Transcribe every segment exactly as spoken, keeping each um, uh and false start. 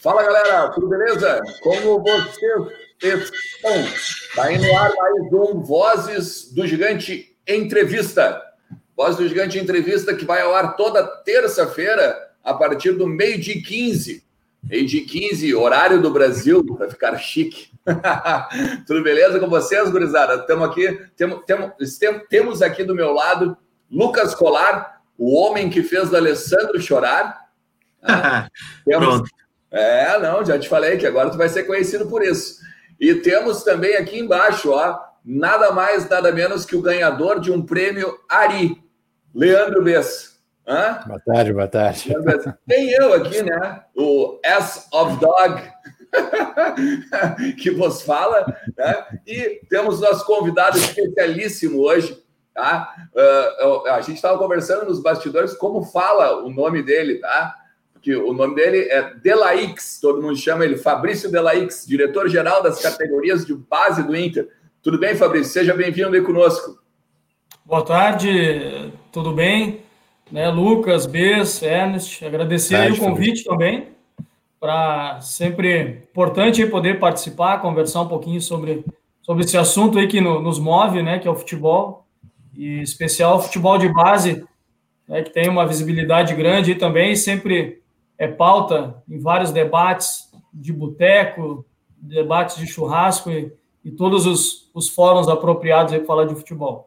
Fala, galera, tudo beleza? Como vocês estão? Está aí no ar mais um Vozes do Gigante Entrevista. Vozes do Gigante Entrevista que vai ao ar toda terça-feira a partir do meio-dia e quinze. meio-dia e quinze, horário do Brasil, para ficar chique. Tudo beleza com vocês, gurizada? Estamos aqui, temos, temos, temos aqui do meu lado Lucas Colar, o homem que fez o Alessandro chorar. Ah, temos... Pronto. É, não, já te falei que agora tu vai ser conhecido por isso. E temos também aqui embaixo, ó, nada mais, nada menos que o ganhador de um prêmio Ari, Leandro Bess. Hã? Boa tarde, boa tarde. Tem eu aqui, né? O S of Dog, que vos fala, né? E temos nosso convidado especialíssimo hoje, tá? Uh, a gente estava conversando nos bastidores como fala o nome dele, tá? Que o nome dele é Delaix, todo mundo chama ele Fabrício Delaix, diretor-geral das categorias de base do Inter. Tudo bem, Fabrício? Seja bem-vindo aí conosco. Boa tarde, tudo bem? Né, Lucas, Bess, Ernest, agradecer aí o convite também, para sempre importante poder participar, conversar um pouquinho sobre, sobre esse assunto aí que no, nos move, né, que é o futebol, e em especial o futebol de base, né, que tem uma visibilidade grande e também sempre é pauta em vários debates de boteco, debates de churrasco e, e todos os, os fóruns apropriados para falar de futebol.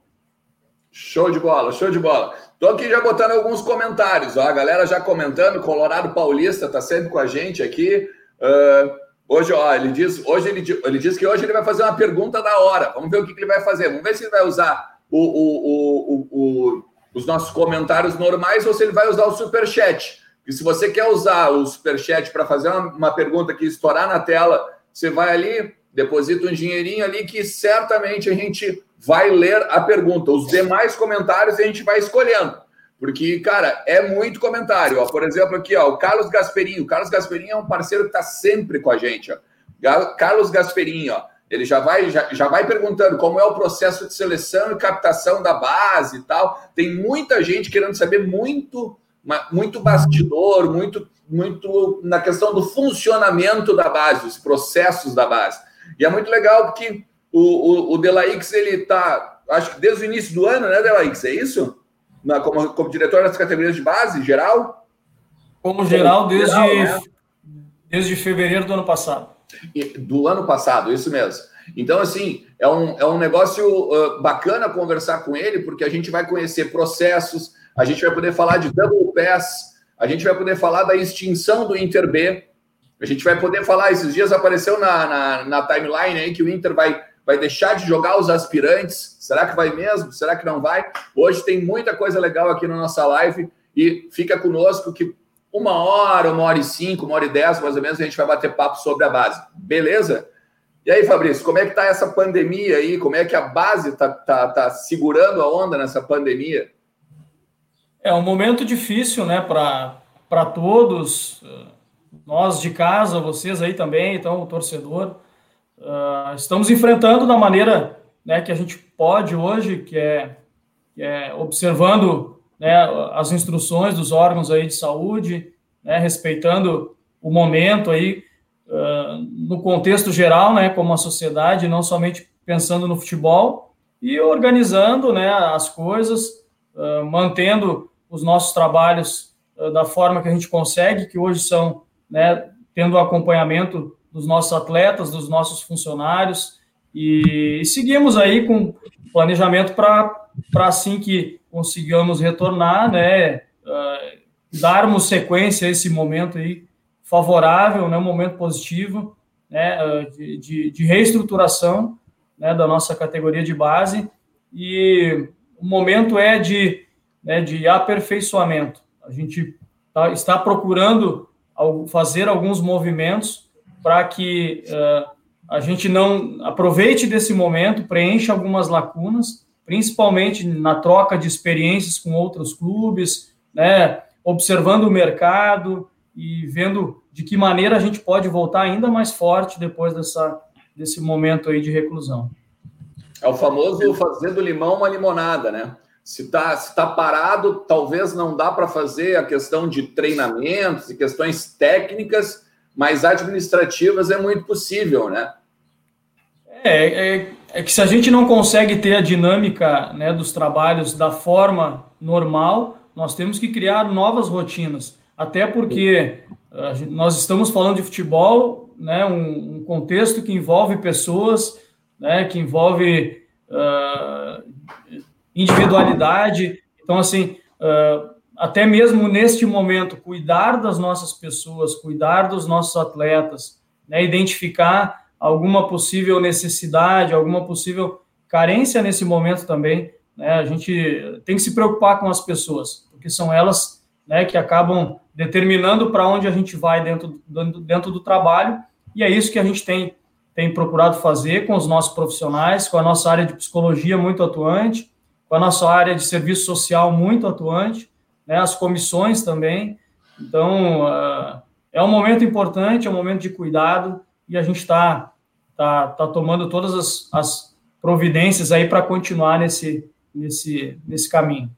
Show de bola, show de bola. Estou aqui já botando alguns comentários, ó, a galera já comentando, Colorado Paulista está sempre com a gente aqui. Uh, hoje, ó, ele diz, hoje ele, ele diz que hoje ele vai fazer uma pergunta da hora. Vamos ver o que, que ele vai fazer. Vamos ver se ele vai usar o, o, o, o, o, os nossos comentários normais ou se ele vai usar o superchat. E se você quer usar o superchat para fazer uma, uma pergunta que estourar na tela, você vai ali, deposita um dinheirinho ali que certamente a gente vai ler a pergunta. Os demais comentários a gente vai escolhendo. Porque, cara, é muito comentário. Ó. Por exemplo, aqui, ó, o Carlos Gasperini. O Carlos Gasperini é um parceiro que está sempre com a gente. Ó. Carlos Gasperini, ó, ele já vai, já, já vai perguntando como é o processo de seleção e captação da base e tal. Tem muita gente querendo saber muito... muito bastidor, muito, muito na questão do funcionamento da base, os processos da base. E é muito legal porque o, o, o Delaix, ele está, acho que desde o início do ano, né, Delaix? É isso? Na, como, como diretor das categorias de base, geral? Como geral, desde, geral, né? desde fevereiro do ano passado. Do ano passado, isso mesmo. Então, assim, é um, é um negócio uh, bacana conversar com ele, porque a gente vai conhecer processos, a gente vai poder falar de double pass, a gente vai poder falar da extinção do Inter B, a gente vai poder falar, esses dias apareceu na, na, na timeline aí que o Inter vai, vai deixar de jogar os aspirantes, será que vai mesmo? Será que não vai? Hoje tem muita coisa legal aqui na nossa live e fica conosco que uma hora, uma hora e cinco, uma hora e dez, mais ou menos, a gente vai bater papo sobre a base, beleza? E aí, Fabrício, como é que tá essa pandemia aí? Como é que a base tá, tá, tá segurando a onda nessa pandemia? É um momento difícil, né, para todos, nós de casa, vocês aí também, então, o torcedor. Uh, estamos enfrentando da maneira, né, que a gente pode hoje, que é, que é observando, né, as instruções dos órgãos aí de saúde, né, respeitando o momento aí, uh, no contexto geral, né, como a sociedade, não somente pensando no futebol, e organizando, né, as coisas, uh, mantendo os nossos trabalhos uh, da forma que a gente consegue, que hoje são, né, tendo o acompanhamento dos nossos atletas, dos nossos funcionários, e, e seguimos aí com planejamento para assim que consigamos retornar, né, uh, darmos sequência a esse momento aí favorável, né, um momento positivo, né, uh, de, de, de reestruturação, né, da nossa categoria de base, e o momento é de, né, de aperfeiçoamento. A gente tá, está procurando fazer alguns movimentos para que uh, a gente não aproveite desse momento, preencha algumas lacunas, principalmente na troca de experiências com outros clubes, né, observando o mercado e vendo de que maneira a gente pode voltar ainda mais forte depois dessa, desse momento aí de reclusão. É o famoso fazer do limão uma limonada, né? Se está se tá parado, talvez não dá para fazer a questão de treinamentos e questões técnicas, mas administrativas é muito possível, né? É, é, é que se a gente não consegue ter a dinâmica, né, dos trabalhos da forma normal, nós temos que criar novas rotinas. Até porque uh, nós estamos falando de futebol, né, um, um contexto que envolve pessoas, né, que envolve uh, individualidade. Então, assim, uh, até mesmo neste momento, cuidar das nossas pessoas, cuidar dos nossos atletas, né, identificar alguma possível necessidade, alguma possível carência nesse momento também, né? A gente tem que se preocupar com as pessoas, porque são elas, né, que acabam determinando para onde a gente vai dentro, dentro do trabalho, e é isso que a gente tem, tem procurado fazer com os nossos profissionais, com a nossa área de psicologia muito atuante, com a nossa área de serviço social muito atuante, né, as comissões também. Então, uh, é um momento importante, é um momento de cuidado, e a gente está tá, tá tomando todas as, as providências aí para continuar nesse, nesse, nesse caminho.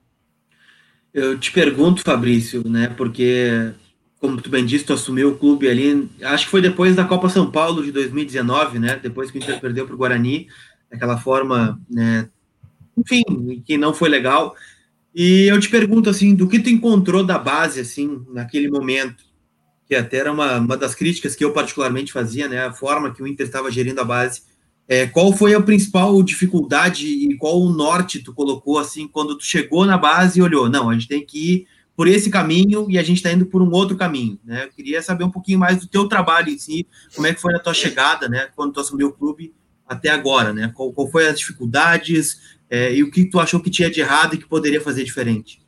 Eu te pergunto, Fabrício, né, porque, como tu bem disse, tu assumiu o clube ali, acho que foi depois da Copa São Paulo de dois mil e dezenove, né, depois que o Inter perdeu para o Guarani, daquela forma, né, enfim, que não foi legal. E eu te pergunto, assim, do que tu encontrou da base, assim, naquele momento? Que até era uma, uma das críticas que eu particularmente fazia, né, a forma que o Inter estava gerindo a base. É, qual foi a principal dificuldade e qual o norte tu colocou, assim, quando tu chegou na base e olhou, não, a gente tem que ir por esse caminho e a gente está indo por um outro caminho, né? Eu queria saber um pouquinho mais do teu trabalho em si, como é que foi a tua chegada, né, quando tu assumiu o clube até agora, né? Qual, qual foi as dificuldades é, e o que tu achou que tinha de errado e que poderia fazer diferente?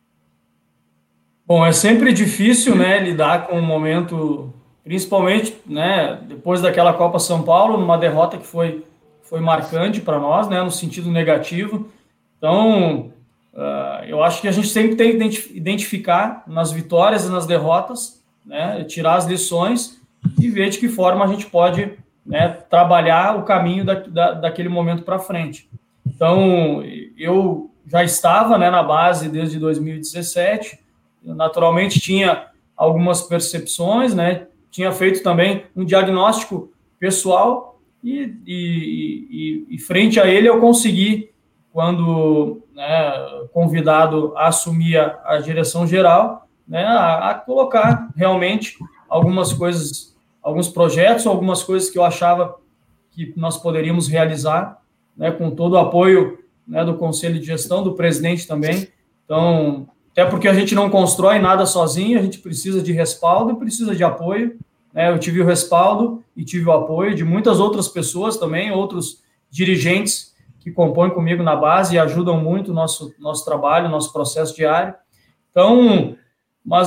Bom, é sempre difícil, né, lidar com um momento, principalmente, né, depois daquela Copa São Paulo, numa derrota que foi, foi marcante para nós, né, no sentido negativo. Então, uh, eu acho que a gente sempre tem que identificar nas vitórias e nas derrotas, né, tirar as lições e ver de que forma a gente pode, né, trabalhar o caminho da, da, daquele momento para frente. Então, eu já estava, né, na base desde dois mil e dezessete. Eu, naturalmente, tinha algumas percepções, né? Tinha feito também um diagnóstico pessoal e, e, e, e frente a ele eu consegui, quando, né, convidado a assumir a, a direção geral, né, a, a colocar realmente algumas coisas, alguns projetos, algumas coisas que eu achava que nós poderíamos realizar, né, com todo o apoio, né, do Conselho de Gestão, do presidente também. Então, até porque a gente não constrói nada sozinho, a gente precisa de respaldo e precisa de apoio, né? Eu tive o respaldo e tive o apoio de muitas outras pessoas também, outros dirigentes que compõem comigo na base e ajudam muito o nosso, nosso trabalho, nosso processo diário. Então, mas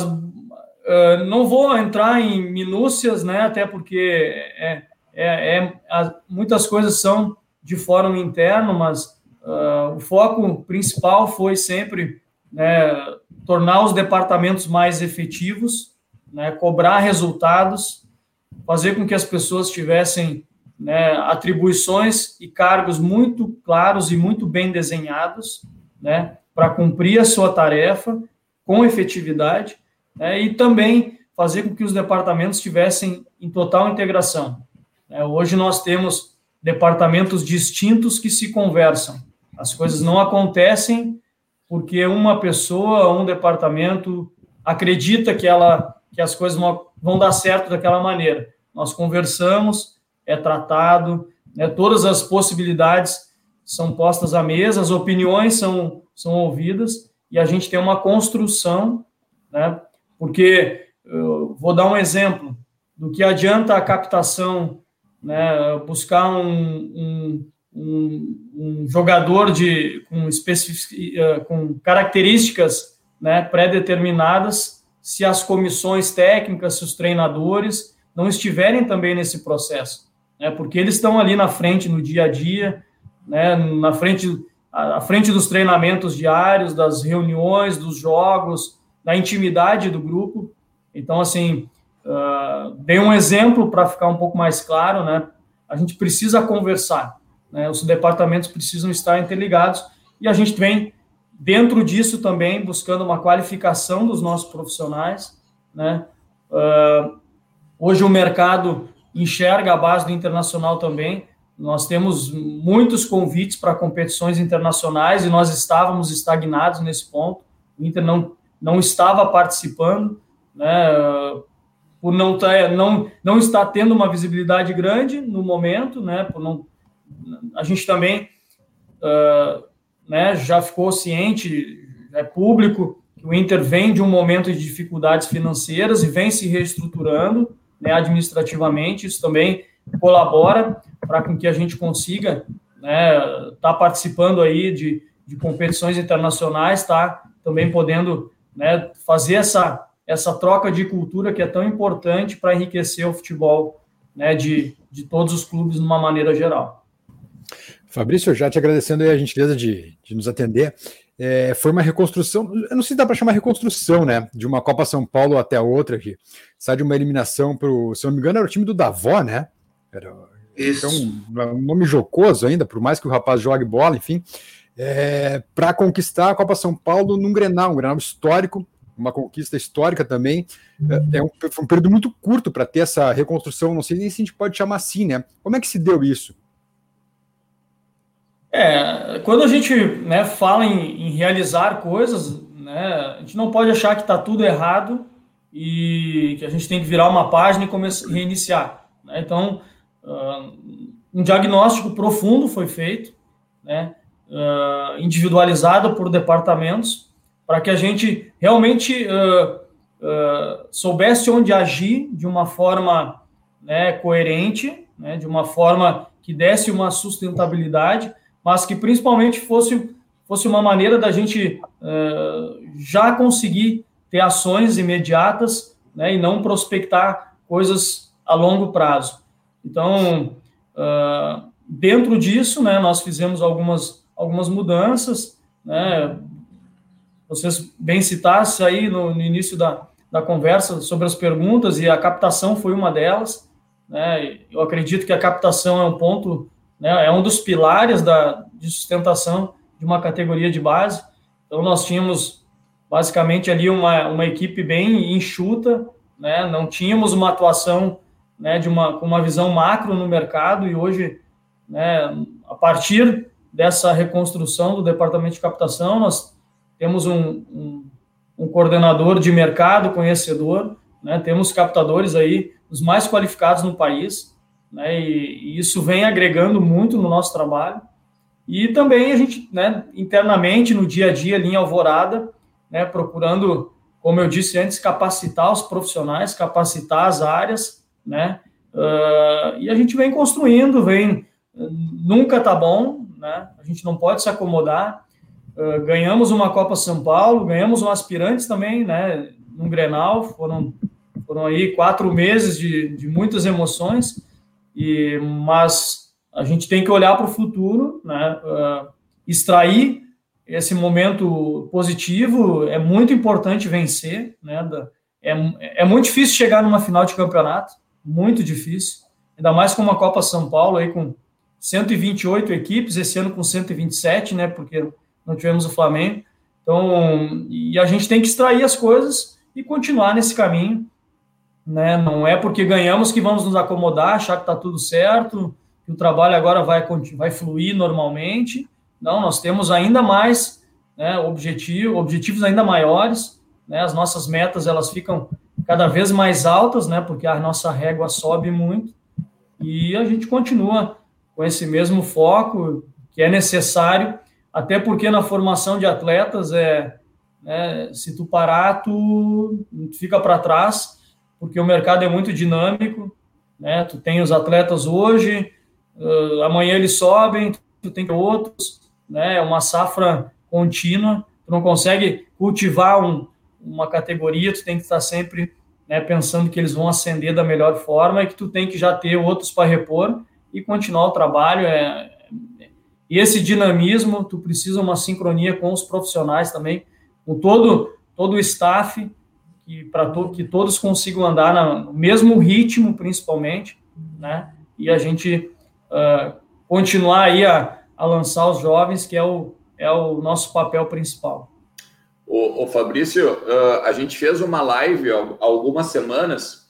uh, não vou entrar em minúcias, né? Até porque é, é, é, é, muitas coisas são de fórum interno, mas uh, o foco principal foi sempre, né, tornar os departamentos mais efetivos, né, cobrar resultados, fazer com que as pessoas tivessem, né, atribuições e cargos muito claros e muito bem desenhados, né, para cumprir a sua tarefa com efetividade, né, e também fazer com que os departamentos estivessem em total integração. É, hoje nós temos departamentos distintos que se conversam. As coisas não acontecem porque uma pessoa, um departamento acredita que, ela, que as coisas não vão dar certo daquela maneira. Nós conversamos, é tratado, né, todas as possibilidades são postas à mesa, as opiniões são, são ouvidas e a gente tem uma construção, né, porque, eu vou dar um exemplo, do que adianta a captação, né, buscar um, um Um, um jogador de, com, especific, com características, né, pré-determinadas, se as comissões técnicas, se os treinadores não estiverem também nesse processo, né, porque eles estão ali na frente, no dia a dia, né, na frente, à frente dos treinamentos diários, das reuniões, dos jogos, da intimidade do grupo. Então, assim, uh, dei um exemplo para ficar um pouco mais claro, né, a gente precisa conversar. Né, os departamentos precisam estar interligados e a gente vem, dentro disso também, buscando uma qualificação dos nossos profissionais, né, uh, Hoje o mercado enxerga a base do Internacional também. Nós temos muitos convites para competições internacionais e nós estávamos estagnados nesse ponto. O Inter não, não estava participando, né, por não, tá, não, não estar tendo uma visibilidade grande no momento, né, por não, a gente também uh, né, já ficou ciente, é público, que o Inter vem de um momento de dificuldades financeiras e vem se reestruturando, né, administrativamente. Isso também colabora para que a gente consiga, né, tá participando aí de, de competições internacionais, tá também podendo, né, fazer essa, essa troca de cultura que é tão importante para enriquecer o futebol, né, de, de todos os clubes de uma maneira geral. Fabrício, já te agradecendo aí a gentileza de, de nos atender. É, foi uma reconstrução, eu não sei se dá para chamar reconstrução, né? De uma Copa São Paulo até a outra aqui. Sai de uma eliminação para o, se eu não me engano, era o time do Davó, né? Era Isso. Então, um nome jocoso ainda, por mais que o rapaz jogue bola, enfim. É, para conquistar a Copa São Paulo num Grenal, um Grenal histórico, uma conquista histórica também. É, é um, foi um período muito curto para ter essa reconstrução, não sei nem se a gente pode chamar assim, né? Como é que se deu isso? É, quando a gente, né, fala em, em realizar coisas, né, a gente não pode achar que está tudo errado e que a gente tem que virar uma página e começar, reiniciar, né? Então, uh, um diagnóstico profundo foi feito, né, uh, individualizado por departamentos, para que a gente realmente uh, uh, soubesse onde agir de uma forma, né, coerente, né, de uma forma que desse uma sustentabilidade, mas que principalmente fosse, fosse uma maneira da gente uh, já conseguir ter ações imediatas, né, e não prospectar coisas a longo prazo. Então, uh, dentro disso, né, nós fizemos algumas, algumas mudanças, né, vocês bem citassem aí no, no início da, da conversa sobre as perguntas, e a captação foi uma delas, né. Eu acredito que a captação é um ponto, né, é um dos pilares da, de sustentação de uma categoria de base. Então, nós tínhamos basicamente ali uma, uma equipe bem enxuta, né, não tínhamos uma atuação, né, de uma, com uma visão macro no mercado, e hoje, né, a partir dessa reconstrução do departamento de captação, nós temos um, um, um coordenador de mercado conhecedor, né, temos captadores aí, os mais qualificados no país, né, e, e isso vem agregando muito no nosso trabalho. E também a gente, né, internamente, no dia a dia, ali em Alvorada, né, procurando, como eu disse antes, capacitar os profissionais, capacitar as áreas, né, uh, e a gente vem construindo, vem, nunca tá bom, né, a gente não pode se acomodar. Uh, ganhamos uma Copa São Paulo, ganhamos um aspirantes também, né, num Grenal, foram, foram aí quatro meses de, de muitas emoções, e, mas a gente tem que olhar para o futuro, né, uh, extrair esse momento positivo. É muito importante vencer, né, da, é, é muito difícil chegar numa final de campeonato, muito difícil, ainda mais com uma Copa São Paulo aí com cento e vinte e oito equipes, esse ano com cento e vinte e sete, né, porque não tivemos o Flamengo. Então, e a gente tem que extrair as coisas e continuar nesse caminho, né? Não é porque ganhamos que vamos nos acomodar, achar que está tudo certo, que o trabalho agora vai, vai fluir normalmente. Não, nós temos ainda mais, né, objetivo, objetivos ainda maiores, né? As nossas metas, elas ficam cada vez mais altas, né, porque a nossa régua sobe muito, e a gente continua com esse mesmo foco que é necessário, até porque na formação de atletas, é, é, se tu parar, tu, tu fica para trás, porque o mercado é muito dinâmico, né? Tu tem os atletas hoje, uh, amanhã eles sobem, tu tem outros, né? É uma safra contínua, tu não consegue cultivar um, uma categoria, tu tem que estar sempre, né, pensando que eles vão ascender da melhor forma, e que tu tem que já ter outros para repor e continuar o trabalho. É, e esse dinamismo, tu precisa uma sincronia com os profissionais também, com todo, todo o staff, que, para to, que todos consigam andar na, no mesmo ritmo, principalmente, né? E a gente uh, continuar aí a, a lançar os jovens, que é o, é o nosso papel principal. Ô, ô Fabrício, uh, a gente fez uma live há algumas semanas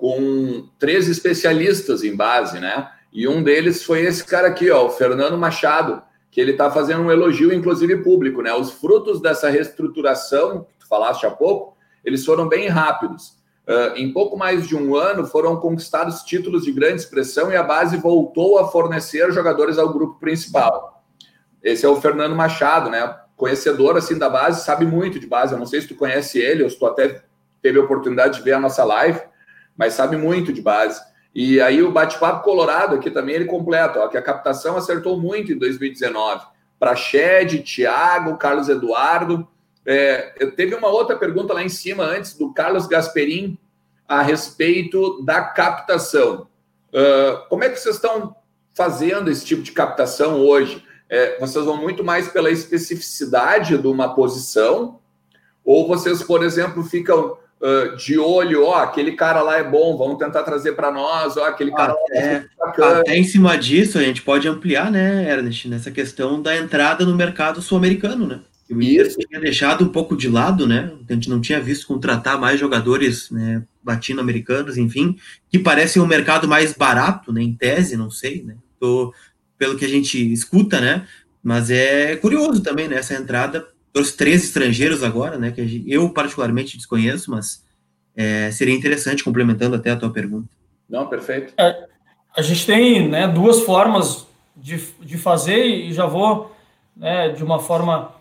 com três especialistas em base, né? E um deles foi esse cara aqui, ó, o Fernando Machado, que ele está fazendo um elogio, inclusive público, né? Os frutos dessa reestruturação, que tu falaste há pouco, eles foram bem rápidos. Uh, em pouco mais de um ano, foram conquistados títulos de grande expressão e a base voltou a fornecer jogadores ao grupo principal. Esse é o Fernando Machado, né? Conhecedor, assim, da base, sabe muito de base. Eu não sei se tu conhece ele, ou se tu até teve a oportunidade de ver a nossa live, mas sabe muito de base. E aí o bate-papo colorado aqui também, ele completa, ó, que a captação acertou muito em dois mil e dezenove. Praxede, Thiago, Carlos Eduardo. É, eu teve uma outra pergunta lá em cima antes, do Carlos Gasperin, a respeito da captação. Uh, como é que vocês estão fazendo esse tipo de captação hoje? É, vocês vão muito mais pela especificidade de uma posição? Ou vocês, por exemplo, ficam... Uh, de olho, ó, aquele cara lá é bom, vamos tentar trazer para nós, ó, aquele cara até, lá é bacana. Até em cima disso, a gente pode ampliar, né, Ernest, nessa questão da entrada no mercado sul-americano, né? O Inter tinha deixado um pouco de lado, né? A gente não tinha visto contratar mais jogadores, né, latino-americanos, enfim, que parecem um mercado mais barato, né, em tese, não sei, né? Tô, pelo que a gente escuta, né? Mas é curioso também, né, essa entrada dos três estrangeiros agora, né, que eu particularmente desconheço, mas é, seria interessante, complementando até a tua pergunta. Não, perfeito. É, a gente tem, né, duas formas de, de fazer, e já vou, né, de uma forma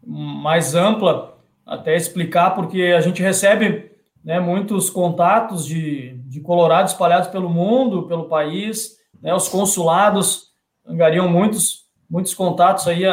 mais ampla até explicar, porque a gente recebe, né, muitos contatos de, de colorados espalhados pelo mundo, pelo país, né, os consulados angariam muitos muitos contatos aí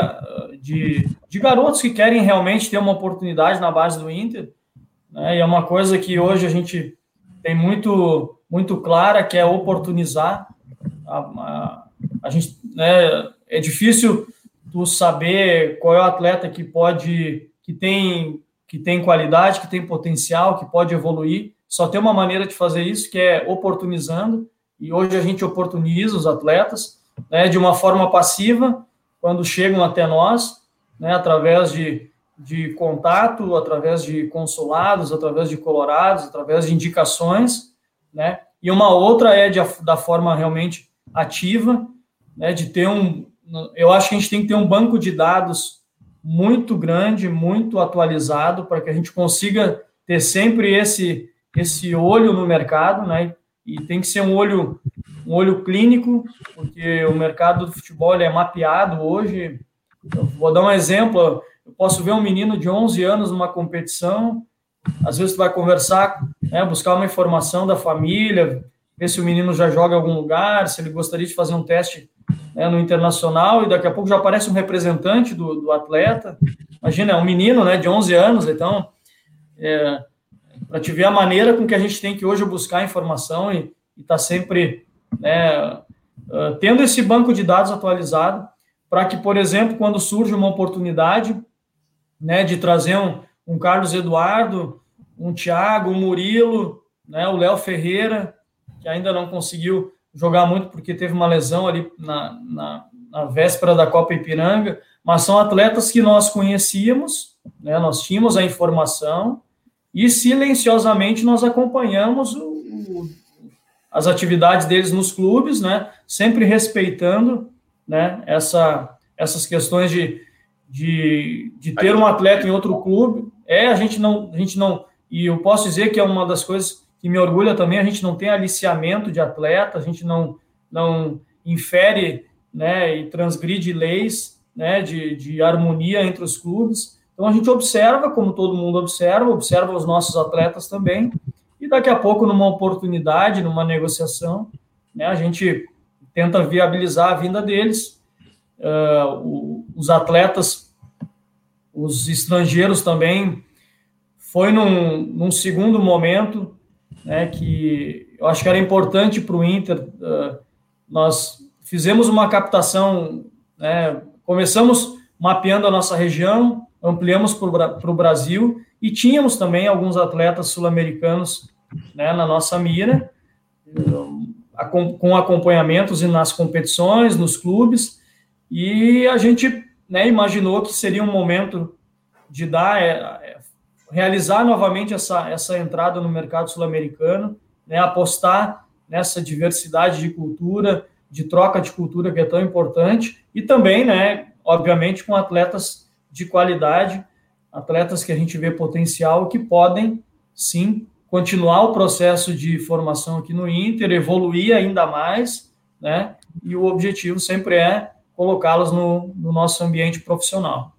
de, de garotos que querem realmente ter uma oportunidade na base do Inter, né? E é uma coisa que hoje a gente tem muito, muito clara, que é oportunizar. A, a, a gente, né, é difícil tu saber qual é o atleta que pode, que tem, que tem qualidade, que tem potencial, que pode evoluir. Só tem uma maneira de fazer isso, que é oportunizando, e hoje a gente oportuniza os atletas, né, de uma forma passiva, quando chegam até nós, né, através de, de contato, através de consulados, através de colorados, através de indicações, né, e uma outra é de, da forma realmente ativa, né, de ter um... Eu acho que a gente tem que ter um banco de dados muito grande, muito atualizado, para que a gente consiga ter sempre esse, esse olho no mercado, né, e tem que ser um olho... um olho clínico, porque o mercado do futebol ele é mapeado hoje. Eu vou dar um exemplo, eu posso ver um menino de onze anos numa competição, às vezes tu vai conversar, né, buscar uma informação da família, ver se o menino já joga em algum lugar, se ele gostaria de fazer um teste, né, no internacional, e daqui a pouco já aparece um representante do, do atleta. Imagina, é um menino, né, de onze anos, então, é, para te ver a maneira com que a gente tem que hoje buscar informação e estar tá sempre... né, uh, tendo esse banco de dados atualizado, para que, por exemplo, quando surge uma oportunidade, né, de trazer um, um Carlos Eduardo, um Thiago, um Murilo, né, o Léo Ferreira, que ainda não conseguiu jogar muito porque teve uma lesão ali na, na, na véspera da Copa Ipiranga, mas são atletas que nós conhecíamos, né, nós tínhamos a informação e silenciosamente nós acompanhamos o, o as atividades deles nos clubes, né, sempre respeitando, né, essa, essas questões de, de, de ter um atleta em outro clube. É, a gente não, a gente não, e eu posso dizer que é uma das coisas que me orgulha também, a gente não tem aliciamento de atleta, a gente não, não infere, né, e transgride leis, né, de, de harmonia entre os clubes. Então a gente observa, como todo mundo observa, observa os nossos atletas também, e daqui a pouco, numa oportunidade, numa negociação, né, a gente tenta viabilizar a vinda deles. Uh, o, os atletas, os estrangeiros também, foi num, num segundo momento, né, que eu acho que era importante para o Inter. Uh, nós fizemos uma captação, né, começamos mapeando a nossa região, ampliamos para o Brasil, e tínhamos também alguns atletas sul-americanos, né, na nossa mira, com acompanhamentos nas competições, nos clubes, e a gente, né, imaginou que seria um momento de dar, é, é, realizar novamente essa, essa entrada no mercado sul-americano, né, apostar nessa diversidade de cultura, de troca de cultura que é tão importante, e também, né, obviamente, com atletas de qualidade, atletas que a gente vê potencial, que podem, sim, continuar o processo de formação aqui no Inter, evoluir ainda mais, né, e o objetivo sempre é colocá-los no, no nosso ambiente profissional.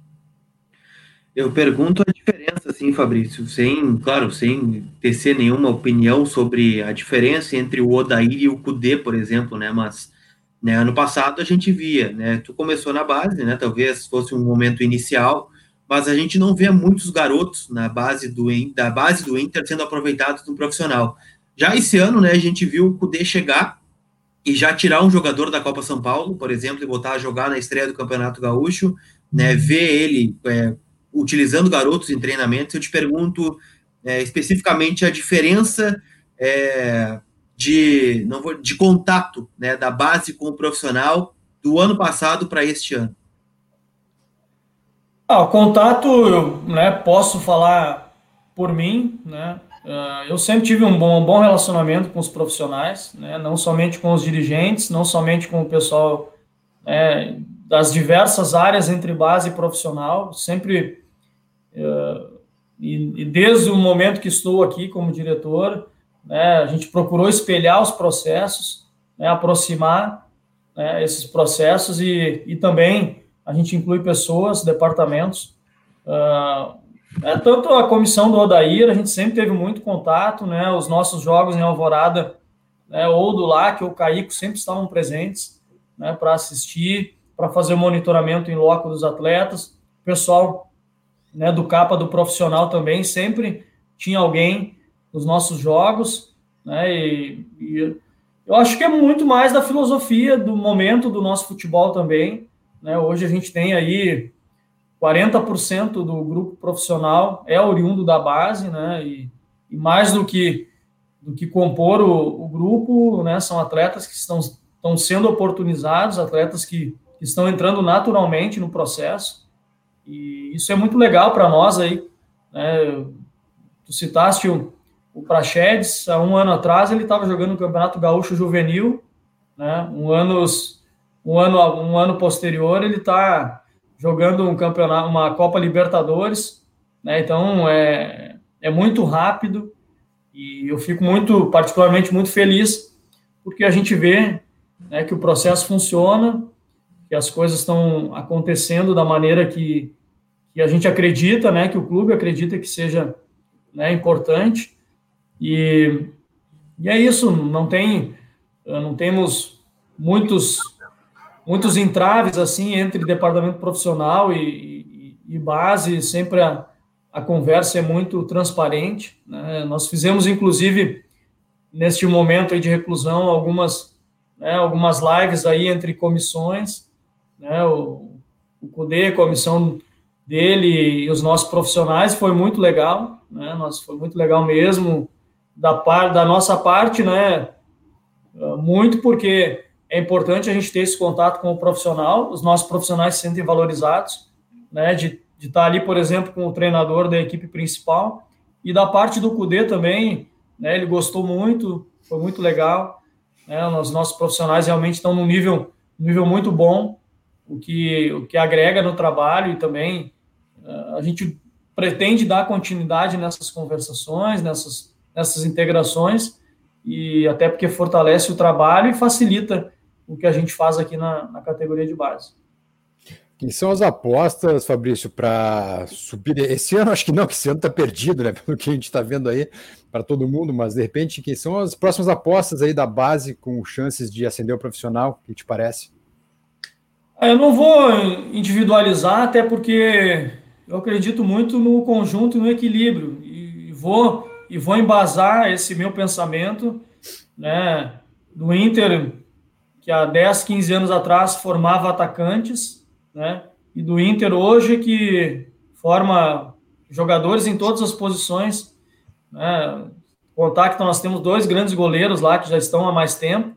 Eu pergunto a diferença, assim, Fabrício, sem, claro, sem tecer nenhuma opinião sobre a diferença entre o Odair e o Kudê, por exemplo, né, mas, né, ano passado a gente via, né, tu começou na base, né, talvez fosse um momento inicial, mas a gente não vê muitos garotos na base do, da base do Inter sendo aproveitados no profissional. Já esse ano, né, a gente viu o Kudê chegar e já tirar um jogador da Copa São Paulo, por exemplo, e botar a jogar na estreia do Campeonato Gaúcho, né, ver ele é, utilizando garotos em treinamento. Eu te pergunto é, especificamente a diferença é, de, não vou, de contato, né, da base com o profissional do ano passado para este ano. Ah, o contato, eu, né, posso falar por mim, né, uh, eu sempre tive um bom, um bom relacionamento com os profissionais, né, não somente com os dirigentes, não somente com o pessoal é, das diversas áreas entre base e profissional, sempre, uh, e, e desde o momento que estou aqui como diretor, né, a gente procurou espelhar os processos, né, aproximar, né, esses processos e, e também a gente inclui pessoas, departamentos, uh, é, tanto a comissão do Odair, a gente sempre teve muito contato, né, os nossos jogos em Alvorada, né, ou do L A C ou Caico sempre estavam presentes, né, para assistir, para fazer o monitoramento em loco dos atletas, o pessoal, né, do capa do profissional também, sempre tinha alguém nos nossos jogos, né, e, e eu acho que é muito mais da filosofia do momento do nosso futebol também, né, hoje a gente tem aí quarenta por cento do grupo profissional é oriundo da base, né, e, e mais do que, do que compor o, o grupo, né, são atletas que estão, estão sendo oportunizados, atletas que, que estão entrando naturalmente no processo, e isso é muito legal para nós aí, né, tu citaste o, o Praxedes, há um ano atrás ele estava jogando no Campeonato Gaúcho Juvenil, né, um ano... Um ano, um ano posterior, ele está jogando um campeonato, uma Copa Libertadores, né? Então é, é muito rápido e eu fico muito, particularmente muito feliz, porque a gente vê, né, que o processo funciona, que as coisas estão acontecendo da maneira que, que a gente acredita, né, que o clube acredita que seja, né, importante, e, e é isso, não tem, não temos muitos muitos entraves, assim, entre departamento profissional e, e, e base, sempre a, a conversa é muito transparente, né? Nós fizemos, inclusive, neste momento aí de reclusão, algumas, né, algumas lives aí entre comissões, né, o, o Kudê, a comissão dele e os nossos profissionais, foi muito legal, né, nós, foi muito legal mesmo, da, par, da nossa parte, né, muito porque é importante a gente ter esse contato com o profissional, os nossos profissionais se sentem valorizados, né, de, de estar ali, por exemplo, com o treinador da equipe principal, e da parte do Kudê também, né, ele gostou muito, foi muito legal, né, os nossos profissionais realmente estão num nível, nível muito bom, o que, o que agrega no trabalho, e também uh, a gente pretende dar continuidade nessas conversações, nessas, nessas integrações, e até porque fortalece o trabalho e facilita o que a gente faz aqui na, na categoria de base. Quem são as apostas, Fabrício, para subir? Esse ano, acho que não, que esse ano está perdido, né? Pelo que a gente está vendo aí para todo mundo, mas de repente, quem são as próximas apostas aí da base com chances de ascender ao profissional? O que te parece? Eu não vou individualizar, até porque eu acredito muito no conjunto e no equilíbrio, e vou, e vou embasar esse meu pensamento, né, do Inter, que há dez, quinze anos atrás formava atacantes, né, e do Inter hoje que forma jogadores em todas as posições, né, contar que nós temos dois grandes goleiros lá que já estão há mais tempo,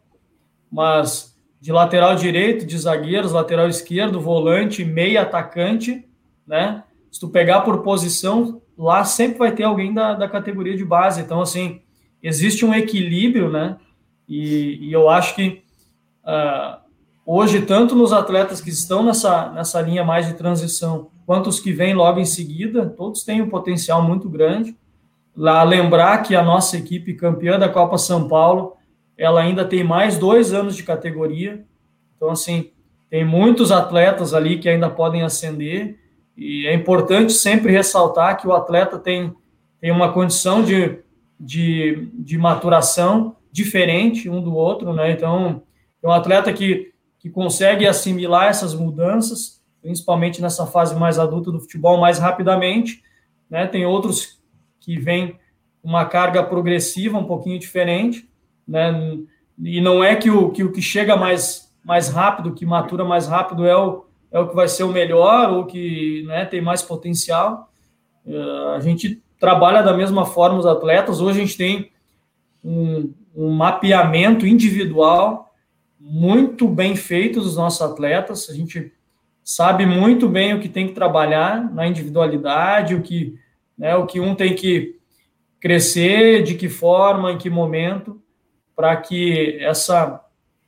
mas de lateral direito, de zagueiros, lateral esquerdo, volante, meia atacante, né, se tu pegar por posição, lá sempre vai ter alguém da, da categoria de base, então assim, existe um equilíbrio, né? E, e eu acho que uh, hoje, tanto nos atletas que estão nessa, nessa linha mais de transição, quanto os que vêm logo em seguida, todos têm um potencial muito grande. Lá, lembrar que a nossa equipe campeã da Copa São Paulo, ela ainda tem mais dois anos de categoria. Então, assim, tem muitos atletas ali que ainda podem ascender, e é importante sempre ressaltar que o atleta tem, tem uma condição de, de, de maturação diferente um do outro, né? Então, é um atleta que, que consegue assimilar essas mudanças, principalmente nessa fase mais adulta do futebol, mais rapidamente, né? Tem outros que vêm com uma carga progressiva um pouquinho diferente, né? E não é que o que, o que chega mais, mais rápido, que matura mais rápido é o, é o que vai ser o melhor ou que, né, tem mais potencial. Uh, a gente trabalha da mesma forma os atletas. Hoje a gente tem um, um mapeamento individual muito bem feito dos nossos atletas. A gente sabe muito bem o que tem que trabalhar na individualidade, o que, né, o que um tem que crescer, de que forma, em que momento, para que essa,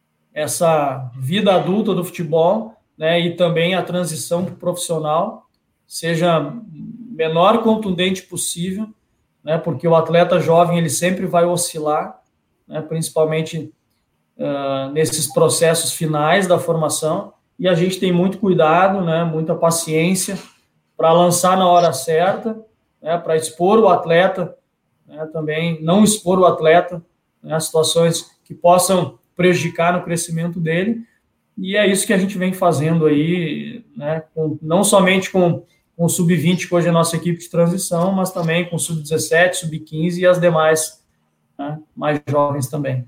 essa vida adulta do futebol, né, e também a transição para o profissional seja menor contundente possível, né, porque o atleta jovem ele sempre vai oscilar, né, principalmente uh, nesses processos finais da formação, e a gente tem muito cuidado, né, muita paciência para lançar na hora certa, né, para expor o atleta, né, também não expor o atleta, né, as situações que possam prejudicar no crescimento dele, e é isso que a gente vem fazendo aí, né, com, não somente com, com o sub vinte, que hoje é a nossa equipe de transição, mas também com o sub dezessete, sub quinze e as demais, né, mais jovens também.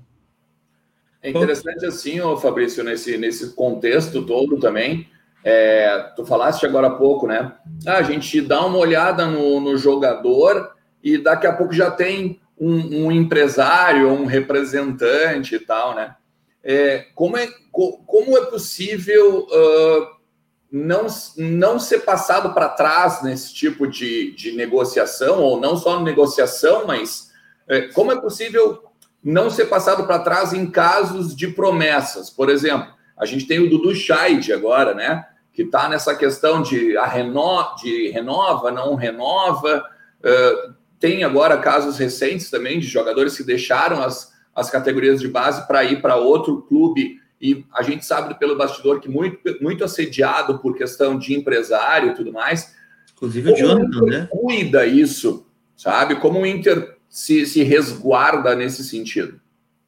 É interessante assim, ô Fabrício, nesse, nesse contexto todo também, é, tu falaste agora há pouco, né, a gente dá uma olhada no, no jogador e daqui a pouco já tem um, um empresário, um representante e tal, né, é, como, é, como é possível uh, não, não ser passado para trás nesse tipo de, de negociação, ou não só negociação, mas é, como é possível não ser passado para trás em casos de promessas? Por exemplo, a gente tem o Dudu Scheid agora, né, que está nessa questão de, a reno, de renova, não renova. Uh, tem agora casos recentes também de jogadores que deixaram as, as categorias de base para ir para outro clube, e a gente sabe pelo bastidor que muito, muito assediado por questão de empresário e tudo mais. Inclusive o Jonathan, né? Cuida isso, sabe? Como o Inter se, se resguarda nesse sentido?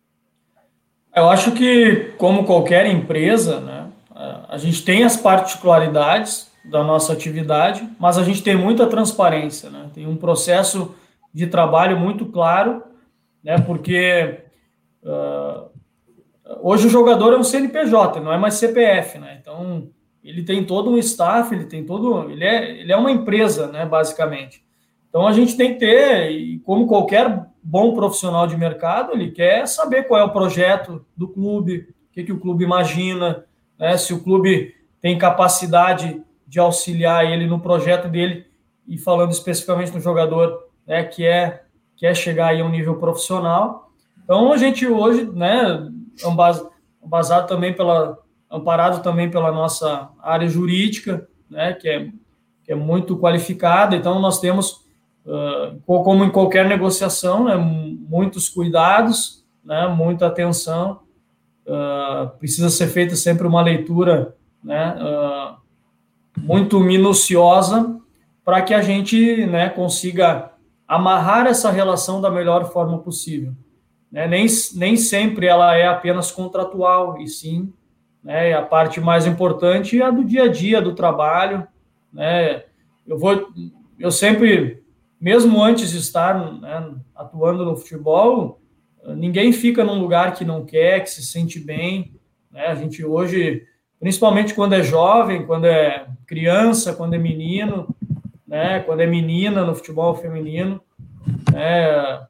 Eu acho que, como qualquer empresa, né, a gente tem as particularidades da nossa atividade, mas a gente tem muita transparência, né? Tem um processo de trabalho muito claro, né? Porque uh, hoje o jogador é um C N P J, não é mais C P F, né? Então ele tem todo um staff, ele tem todo, ele é, ele é uma empresa, né? Basicamente. Então a gente tem que ter, e como qualquer bom profissional de mercado, ele quer saber qual é o projeto do clube, o que, que o clube imagina, né? Se o clube tem capacidade de auxiliar ele no projeto dele, e falando especificamente no jogador, né, que é, que é chegar aí a um nível profissional. Então a gente hoje, né, embasado também pela, amparado também pela nossa área jurídica, né, que é, que é muito qualificada, então nós temos, uh, como em qualquer negociação, né, muitos cuidados, né, muita atenção, uh, precisa ser feita sempre uma leitura, né, uh, muito minuciosa, para que a gente, né, consiga amarrar essa relação da melhor forma possível. Né? Nem, nem sempre ela é apenas contratual, e sim, né, a parte mais importante é a do dia a dia, do trabalho. Né? Eu, vou, eu sempre, mesmo antes de estar, né, atuando no futebol, ninguém fica num lugar que não quer, que se sente bem. Né? A gente hoje, principalmente quando é jovem, quando é criança, quando é menino, né, quando é menina no futebol feminino, né,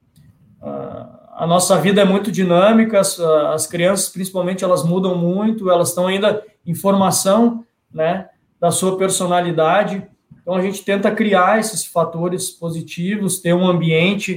a nossa vida é muito dinâmica, as, as crianças, principalmente, elas mudam muito, elas estão ainda em formação, né, da sua personalidade, então a gente tenta criar esses fatores positivos, ter um ambiente,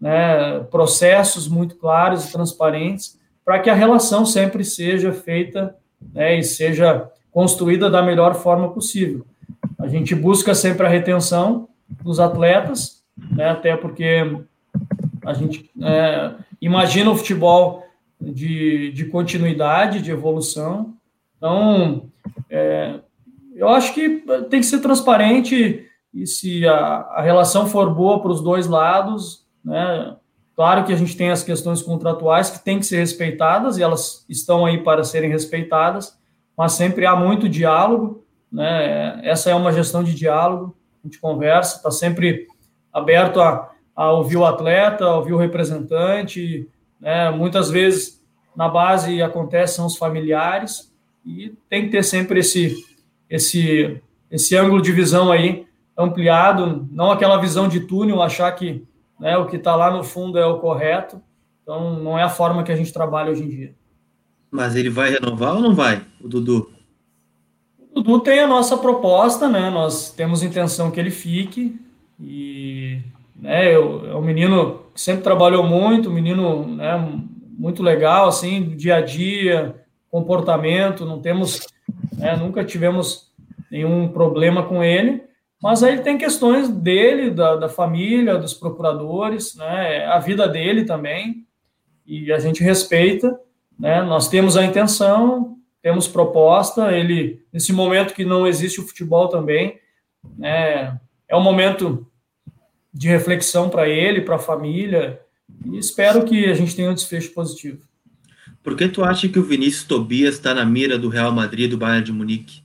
né, processos muito claros e transparentes, para que a relação sempre seja feita, né, e seja construída da melhor forma possível. A gente busca sempre a retenção dos atletas, né, até porque a gente é, imagina o futebol de, de continuidade, de evolução. Então, é, eu acho que tem que ser transparente, e se a, a relação for boa para os dois lados, né, claro que a gente tem as questões contratuais que têm que ser respeitadas, e elas estão aí para serem respeitadas, mas sempre há muito diálogo, né, essa é uma gestão de diálogo, a gente conversa, está sempre aberto a, a ouvir o atleta, a ouvir o representante, né, muitas vezes na base acontecem são os familiares, e tem que ter sempre esse, esse, esse ângulo de visão aí ampliado, não aquela visão de túnel, achar que, né, o que está lá no fundo é o correto. Então, não é a forma que a gente trabalha hoje em dia. Mas ele vai renovar ou não vai, o Dudu? O Dudu tem a nossa proposta, né? Nós temos intenção que ele fique. E, né, eu, é um menino que sempre trabalhou muito, um menino, né, muito legal, assim, do dia a dia, comportamento, não temos, né, nunca tivemos nenhum problema com ele. Mas aí tem questões dele, da, da família, dos procuradores, né, a vida dele também, e a gente respeita, né, nós temos a intenção, temos proposta, ele, nesse momento que não existe o futebol também, né, é um momento de reflexão para ele, para a família, e espero que a gente tenha um desfecho positivo. Por que tu acha que o Vinícius Tobias está na mira do Real Madrid e do Bayern de Munique?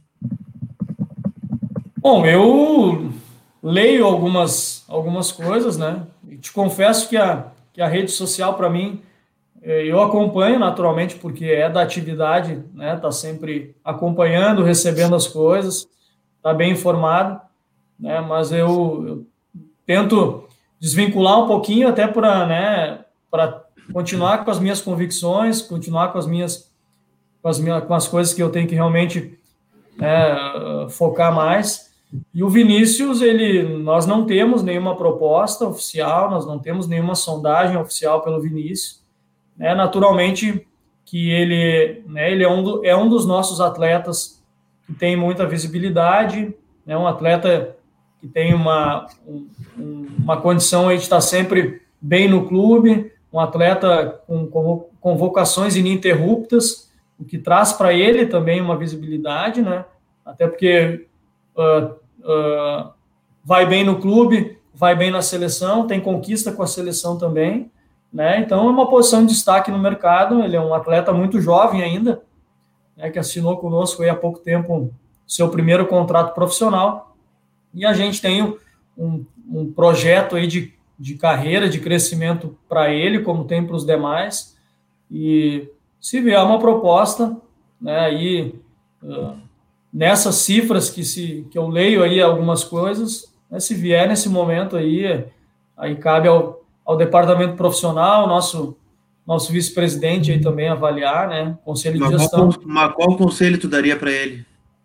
Bom, eu leio algumas, algumas coisas, né? E te confesso que a, que a rede social, para mim, eu acompanho naturalmente, porque é da atividade, né? Tá sempre acompanhando, recebendo as coisas, tá bem informado, né? Mas eu, eu tento desvincular um pouquinho até para, né, para continuar com as minhas convicções, continuar com as minhas, com as minhas, com as coisas que eu tenho que realmente, é, focar mais. E o Vinícius, ele, nós não temos nenhuma proposta oficial, nós não temos nenhuma sondagem oficial pelo Vinícius, né? Naturalmente que ele, né, ele é, um do, é um dos nossos atletas que tem muita visibilidade, né? Um atleta que tem uma, um, uma condição aí de estar sempre bem no clube, um atleta com, com convocações ininterruptas, o que traz para ele também uma visibilidade, né? Até porque uh, uh, vai bem no clube, vai bem na seleção, tem conquista com a seleção também, né? Então é uma posição de destaque no mercado. Ele é um atleta muito jovem ainda, né, que assinou conosco aí há pouco tempo seu primeiro contrato profissional, e a gente tem um, um projeto aí de, de carreira, de crescimento para ele, como tem para os demais, e se vier uma proposta, né, aí, uh, nessas cifras que, se, que eu leio aí algumas coisas, né, se vier nesse momento aí, aí cabe ao, ao departamento profissional, nosso, nosso vice-presidente aí também avaliar, né, conselho de gestão. Qual, mas qual conselho tu daria para ele?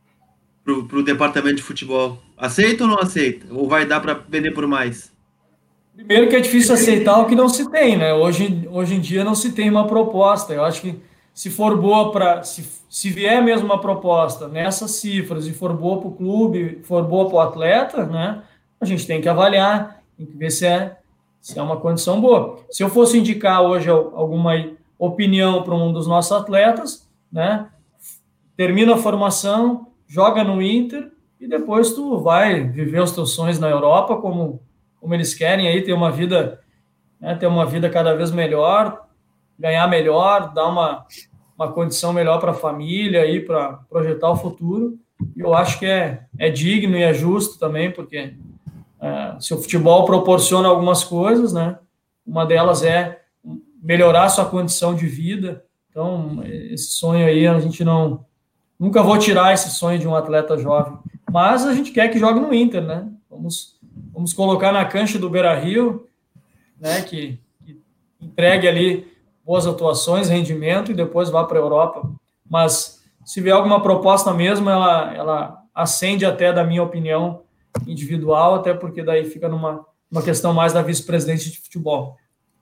Para o departamento de futebol? Aceita ou não aceita? Ou vai dar para vender por mais? Primeiro que é difícil aceitar o que não se tem, né? Hoje, hoje em dia não se tem uma proposta. Eu acho que se for boa para... Se, se vier mesmo uma proposta nessas cifras e for boa para o clube, for boa para o atleta, né? A gente tem que avaliar, tem que ver se é, se é uma condição boa. Se eu fosse indicar hoje alguma opinião para um dos nossos atletas, né? Termina a formação, joga no Inter e depois tu vai viver os teus sonhos na Europa, como, como eles querem aí, ter uma vida, né, ter uma vida cada vez melhor, ganhar melhor, dar uma, uma condição melhor para a família aí, para projetar o futuro. E eu acho que é, é digno e é justo também, porque é, se o futebol proporciona algumas coisas, né, uma delas é melhorar sua condição de vida. Então, esse sonho aí a gente não... Nunca vou tirar esse sonho de um atleta jovem, mas a gente quer que jogue no Inter, né? Vamos, vamos colocar na cancha do Beira-Rio, né? Que, que entregue ali boas atuações, rendimento e depois vá para a Europa. Mas se vier alguma proposta mesmo, ela, ela acende até da minha opinião individual, até porque daí fica numa uma questão mais da vice-presidente de futebol.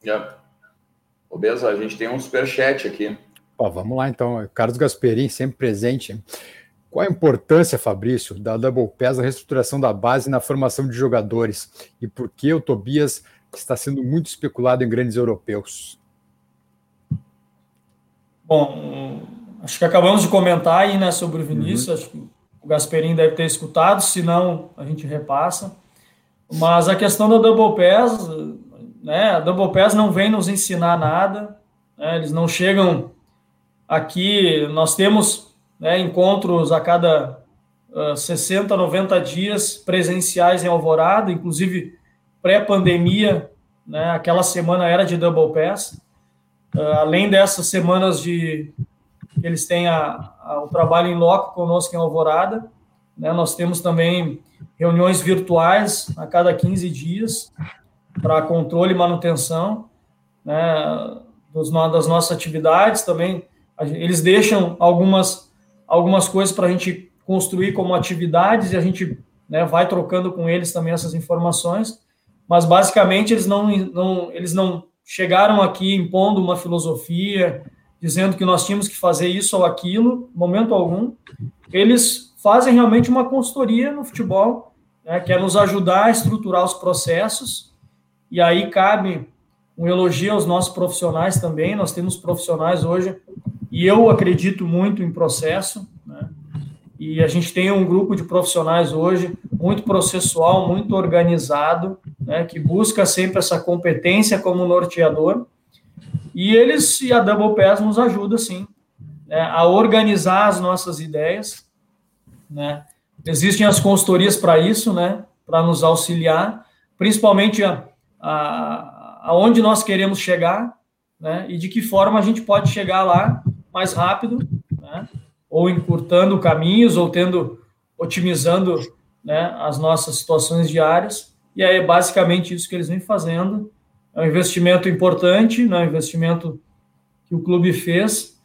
Yeah. Ô, Beza, a gente tem um superchat aqui. Ó, vamos lá, então. Carlos Gasperin, sempre presente. Qual a importância, Fabrício, da Double Pass na reestruturação da base e na formação de jogadores? E por que o Tobias está sendo muito especulado em grandes europeus? Bom, acho que acabamos de comentar aí, né, sobre o Vinícius. Uhum. Acho que o Gasperin deve ter escutado, se não, a gente repassa. Mas a questão da Double Pass, né, a Double Pass não vem nos ensinar nada, né, eles não chegam aqui, nós temos, né, encontros a cada uh, sessenta, noventa dias presenciais em Alvorada, inclusive pré-pandemia, né, aquela semana era de Double Pass. Uh, além dessas semanas de que eles têm a, a, o trabalho em loco conosco em Alvorada, né, nós temos também reuniões virtuais a cada quinze dias para controle e manutenção, né, dos, das nossas atividades também. Eles deixam algumas, algumas coisas para a gente construir como atividades e a gente, né, vai trocando com eles também essas informações, mas basicamente eles não, não, eles não chegaram aqui impondo uma filosofia, dizendo que nós tínhamos que fazer isso ou aquilo, momento algum. Eles fazem realmente uma consultoria no futebol, né, que é nos ajudar a estruturar os processos, e aí cabe um elogio aos nossos profissionais também. Nós temos profissionais hoje, e eu acredito muito em processo, né, e a gente tem um grupo de profissionais hoje muito processual, muito organizado, né, que busca sempre essa competência como norteador, e eles e a Double Pass nos ajuda, sim, né, a organizar as nossas ideias, né. Existem as consultorias para isso, né, para nos auxiliar, principalmente a, a, aonde nós queremos chegar, né, e de que forma a gente pode chegar lá mais rápido, né, ou encurtando caminhos, ou tendo, otimizando, né, as nossas situações diárias, e aí é basicamente isso que eles vêm fazendo. É um investimento importante, né, um investimento que o clube fez,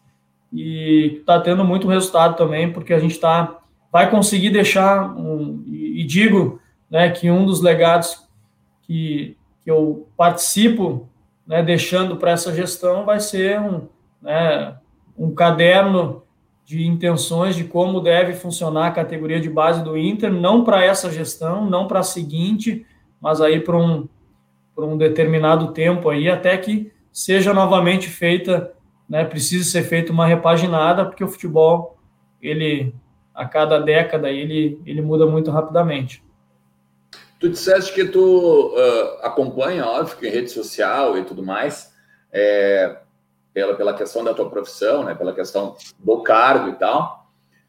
e está tendo muito resultado também, porque a gente tá, vai conseguir deixar, um, e, e digo, né, que um dos legados que, que eu participo, né, deixando para essa gestão vai ser um, né, um caderno de intenções de como deve funcionar a categoria de base do Inter, não para essa gestão, não para a seguinte, mas aí para um, para um determinado tempo aí, até que seja novamente feita, né, precisa ser feita uma repaginada, porque o futebol, ele, a cada década, ele, ele muda muito rapidamente. Tu disseste que tu uh, acompanha, óbvio, que em rede social e tudo mais, é, pela, pela questão da tua profissão, né, pela questão do cargo e tal,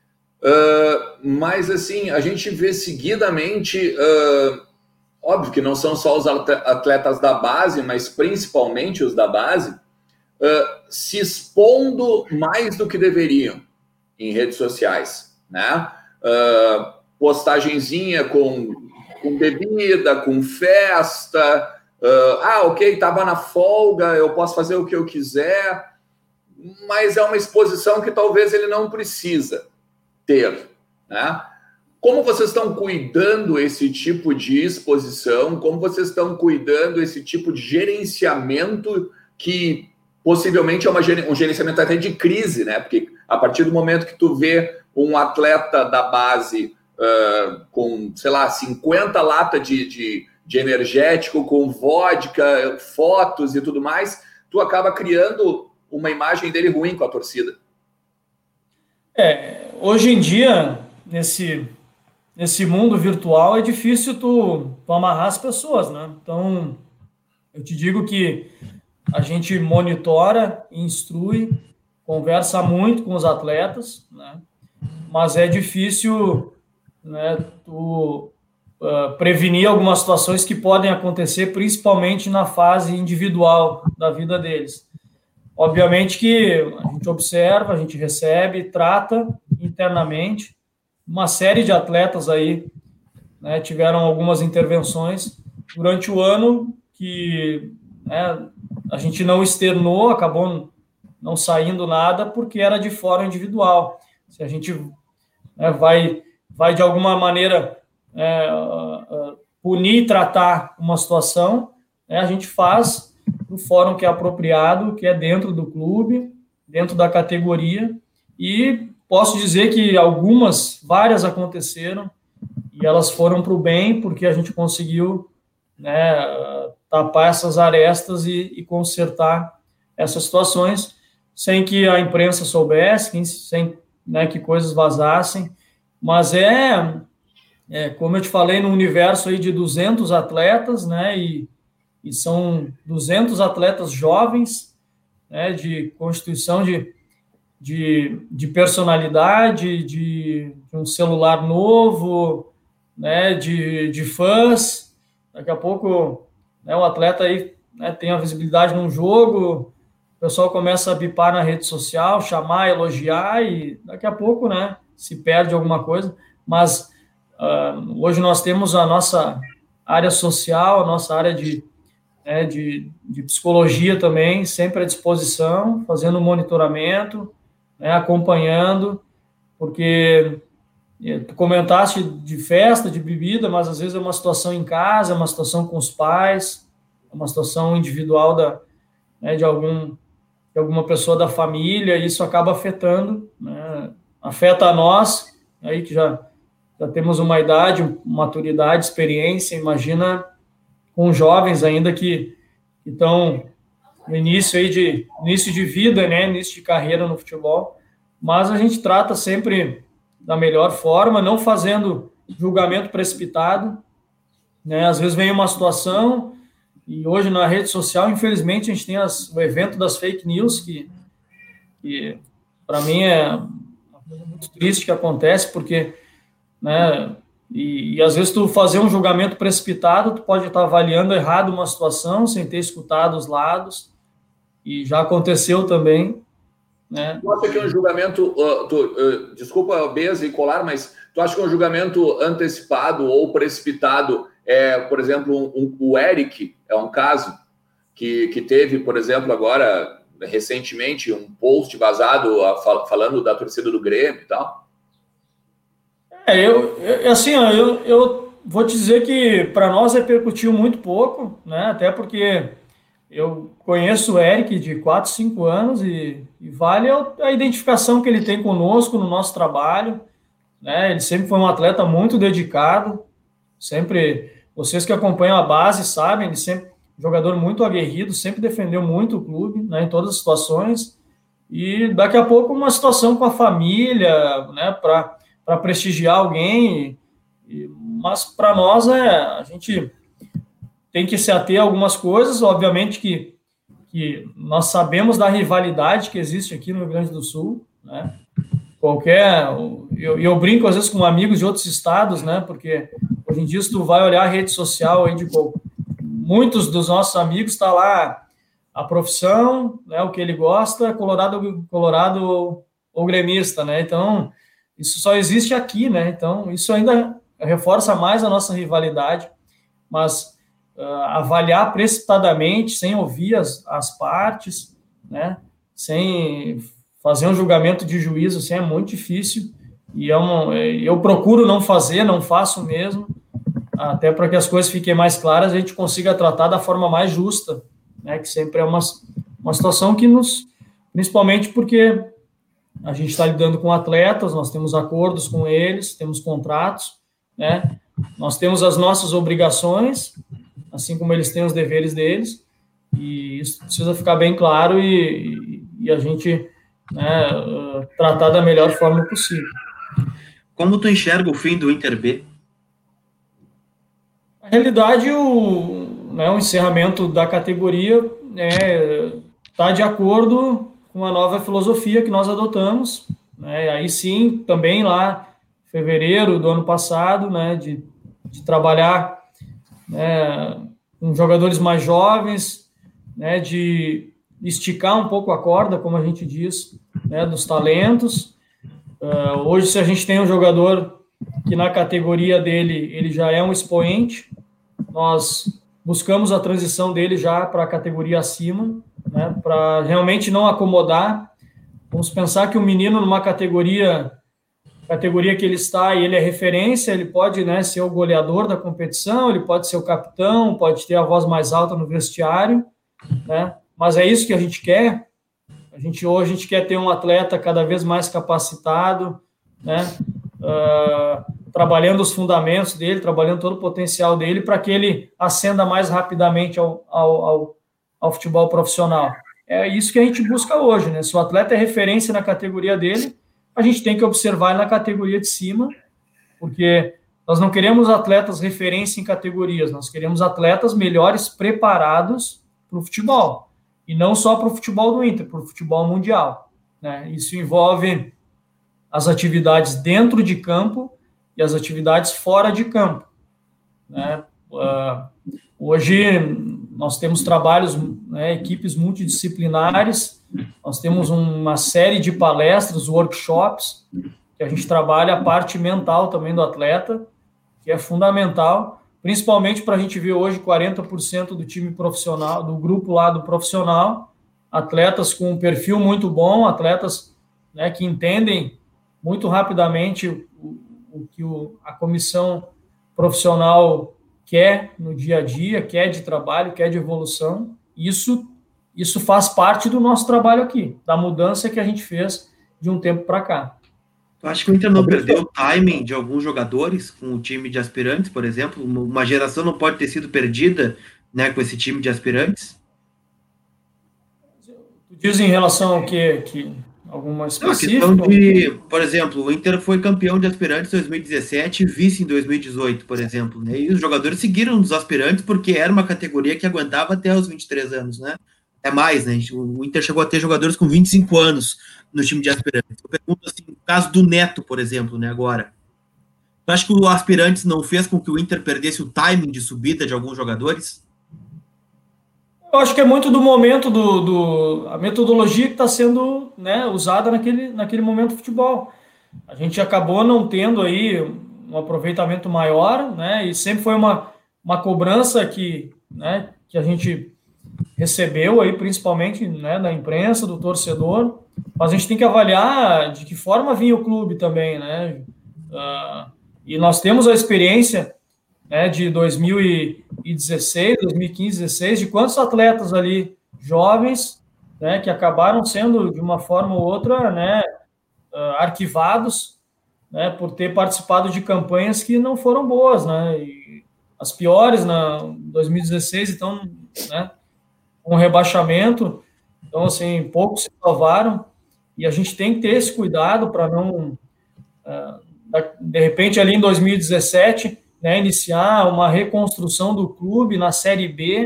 uh, mas, assim, a gente vê seguidamente, uh, óbvio que não são só os atletas da base, mas principalmente os da base, uh, se expondo mais do que deveriam em redes sociais, né? Uh, postagenzinha com, com bebida, com festa, uh, ah, ok, estava na folga, eu posso fazer o que eu quiser, mas é uma exposição que talvez ele não precisa ter, né? Como vocês estão cuidando esse tipo de exposição? Como vocês estão cuidando esse tipo de gerenciamento que possivelmente é uma, um gerenciamento até de crise, né? Porque a partir do momento que tu vê um atleta da base uh, com, sei lá, cinquenta latas de, de, de energético, com vodka, fotos e tudo mais, tu acaba criando uma imagem dele ruim com a torcida. É, hoje em dia, nesse, nesse mundo virtual, é difícil tu, tu amarrar as pessoas, né? Então, eu te digo que a gente monitora, instrui, conversa muito com os atletas, né? Mas é difícil, né, tu, uh, prevenir algumas situações que podem acontecer, principalmente na fase individual da vida deles. Obviamente que a gente observa, a gente recebe, trata internamente. Uma série de atletas aí, né, tiveram algumas intervenções durante o ano que, né, a gente não externou, acabou não saindo nada porque era de fora individual. Se a gente, né, vai, vai de alguma maneira é, uh, uh, punir e tratar uma situação, né, a gente faz no fórum que é apropriado, que é dentro do clube, dentro da categoria, e posso dizer que algumas, várias aconteceram, e elas foram para o bem, porque a gente conseguiu, né, tapar essas arestas e, e consertar essas situações, sem que a imprensa soubesse, sem, né, que coisas vazassem, mas é, é, como eu te falei, no universo aí de duzentos atletas, né, e, e são duzentos atletas jovens, né, de constituição de, de, de personalidade, de, de um celular novo, né, de, de fãs. Daqui a pouco, né, o atleta aí, né, tem a visibilidade num jogo, o pessoal começa a bipar na rede social, chamar, elogiar, e daqui a pouco, né, se perde alguma coisa. Mas uh, hoje nós temos a nossa área social, a nossa área de, né, de, de psicologia também, sempre à disposição, fazendo monitoramento, né, acompanhando, porque tu comentaste de festa, de bebida, mas às vezes é uma situação em casa, é uma situação com os pais, é uma situação individual da, né, de, algum, de alguma pessoa da família, e isso acaba afetando, né, afeta a nós, aí que já, já temos uma idade, maturidade, experiência, imagina com jovens ainda que estão no início, aí de, início de vida, né, início de carreira no futebol, mas a gente trata sempre da melhor forma, não fazendo julgamento precipitado, né? Às vezes vem uma situação, e hoje na rede social, infelizmente, a gente tem as, o evento das fake news, que, que para mim é uma coisa muito triste que acontece, porque, né, e, e às vezes tu fazer um julgamento precipitado, tu pode estar avaliando errado uma situação, sem ter escutado os lados, e já aconteceu também, né? Tu acha que é um julgamento, uh, tu, uh, desculpa Beza e Colar, mas tu acha que é um julgamento antecipado ou precipitado, é, por exemplo, um, um, o Eric é um caso que, que teve, por exemplo, agora, recentemente, um post vazado uh, fal, falando da torcida do Grêmio e tal? É, eu, eu assim, ó, eu, eu vou te dizer que para nós repercutiu muito pouco, né? Até porque eu conheço o Eric de quatro, cinco anos e, e vale a identificação que ele tem conosco no nosso trabalho, né? Ele sempre foi um atleta muito dedicado, sempre, vocês que acompanham a base sabem, ele sempre, jogador muito aguerrido, sempre defendeu muito o clube, né, em todas as situações, e daqui a pouco uma situação com a família, né, para para prestigiar alguém, e, mas para nós é, a gente tem que se ater a algumas coisas, obviamente que, que nós sabemos da rivalidade que existe aqui no Rio Grande do Sul, né? Qualquer, eu, eu brinco às vezes com amigos de outros estados, né? Porque hoje em dia se tu vai olhar a rede social aí de muitos dos nossos amigos, está lá a profissão, né? O que ele gosta, colorado, colorado ou, ou gremista, né? Então isso só existe aqui, né? Então isso ainda reforça mais a nossa rivalidade, mas Uh, avaliar precipitadamente, sem ouvir as, as partes, né, sem fazer um julgamento de juízo, assim, é muito difícil, e é um, eu procuro não fazer, não faço mesmo, até para que as coisas fiquem mais claras, a gente consiga tratar da forma mais justa, né, que sempre é uma, uma situação que nos, principalmente porque a gente está lidando com atletas, nós temos acordos com eles, temos contratos, né, nós temos as nossas obrigações, assim como eles têm os deveres deles, e isso precisa ficar bem claro e, e a gente, né, tratar da melhor forma possível. Como tu enxerga o fim do Inter B? Na realidade, o, né, o encerramento da categoria está né, de acordo com a nova filosofia que nós adotamos, né, aí sim, também lá, em fevereiro do ano passado, né, de, de trabalhar né, com jogadores mais jovens, né, de esticar um pouco a corda, como a gente diz, né, dos talentos. Uh, hoje, se a gente tem um jogador que na categoria dele ele já é um expoente, nós buscamos a transição dele já para a categoria acima, né, para realmente não acomodar. Vamos pensar que o menino numa categoria categoria que ele está e ele é referência, ele pode né, ser o goleador da competição, ele pode ser o capitão, pode ter a voz mais alta no vestiário, né? Mas é isso que a gente quer. A gente hoje a gente quer ter um atleta cada vez mais capacitado, né? Uh, trabalhando os fundamentos dele, trabalhando todo o potencial dele para que ele ascenda mais rapidamente ao, ao, ao, ao futebol profissional. É isso que a gente busca hoje, né? Se o atleta é referência na categoria dele, a gente tem que observar na categoria de cima, porque nós não queremos atletas referência em categorias, nós queremos atletas melhores preparados para o futebol. E não só para o futebol do Inter, para o futebol mundial, né? Isso envolve as atividades dentro de campo e as atividades fora de campo, né? Uh, hoje nós temos trabalhos, né, equipes multidisciplinares, nós temos uma série de palestras, workshops, que a gente trabalha a parte mental também do atleta, que é fundamental, principalmente para a gente ver hoje quarenta por cento do time profissional, do grupo lá do profissional, atletas com um perfil muito bom, atletas, né, que entendem muito rapidamente o, o que o, a comissão profissional quer no dia a dia, quer de trabalho, quer de evolução. Isso, isso faz parte do nosso trabalho aqui, da mudança que a gente fez de um tempo para cá. Tu acha que o Inter não perdeu o timing de alguns jogadores com o time de aspirantes, por exemplo? Uma geração não pode ter sido perdida, né, com esse time de aspirantes? Tu diz em relação ao que, que alguma específica? Não, a questão de, por exemplo, o Inter foi campeão de aspirantes em dois mil e dezessete e vice em dois mil e dezoito, por exemplo, né? E os jogadores seguiram dos aspirantes porque era uma categoria que aguentava até os vinte e três anos, né? É mais, né? O Inter chegou a ter jogadores com vinte e cinco anos no time de aspirantes. Eu pergunto assim, no caso do Neto, por exemplo, né, agora. Tu acha que o aspirantes não fez com que o Inter perdesse o timing de subida de alguns jogadores? Eu acho que é muito do momento, do, do a metodologia que está sendo, né, usada naquele, naquele momento do futebol. A gente acabou não tendo aí um aproveitamento maior, né, e sempre foi uma, uma cobrança que, né, que a gente recebeu aí, principalmente, né, da imprensa, do torcedor, mas a gente tem que avaliar de que forma vinha o clube também, né, uh, e nós temos a experiência, né, de dois mil e dezesseis, dois mil e quinze, dezesseis, de quantos atletas ali jovens, né, que acabaram sendo, de uma forma ou outra, né, uh, arquivados, né, por ter participado de campanhas que não foram boas, né, e as piores na dois mil e dezesseis, então, né, um rebaixamento, então, assim, poucos se salvaram, e a gente tem que ter esse cuidado para não, de repente, ali em dois mil e dezessete, né, iniciar uma reconstrução do clube na Série B,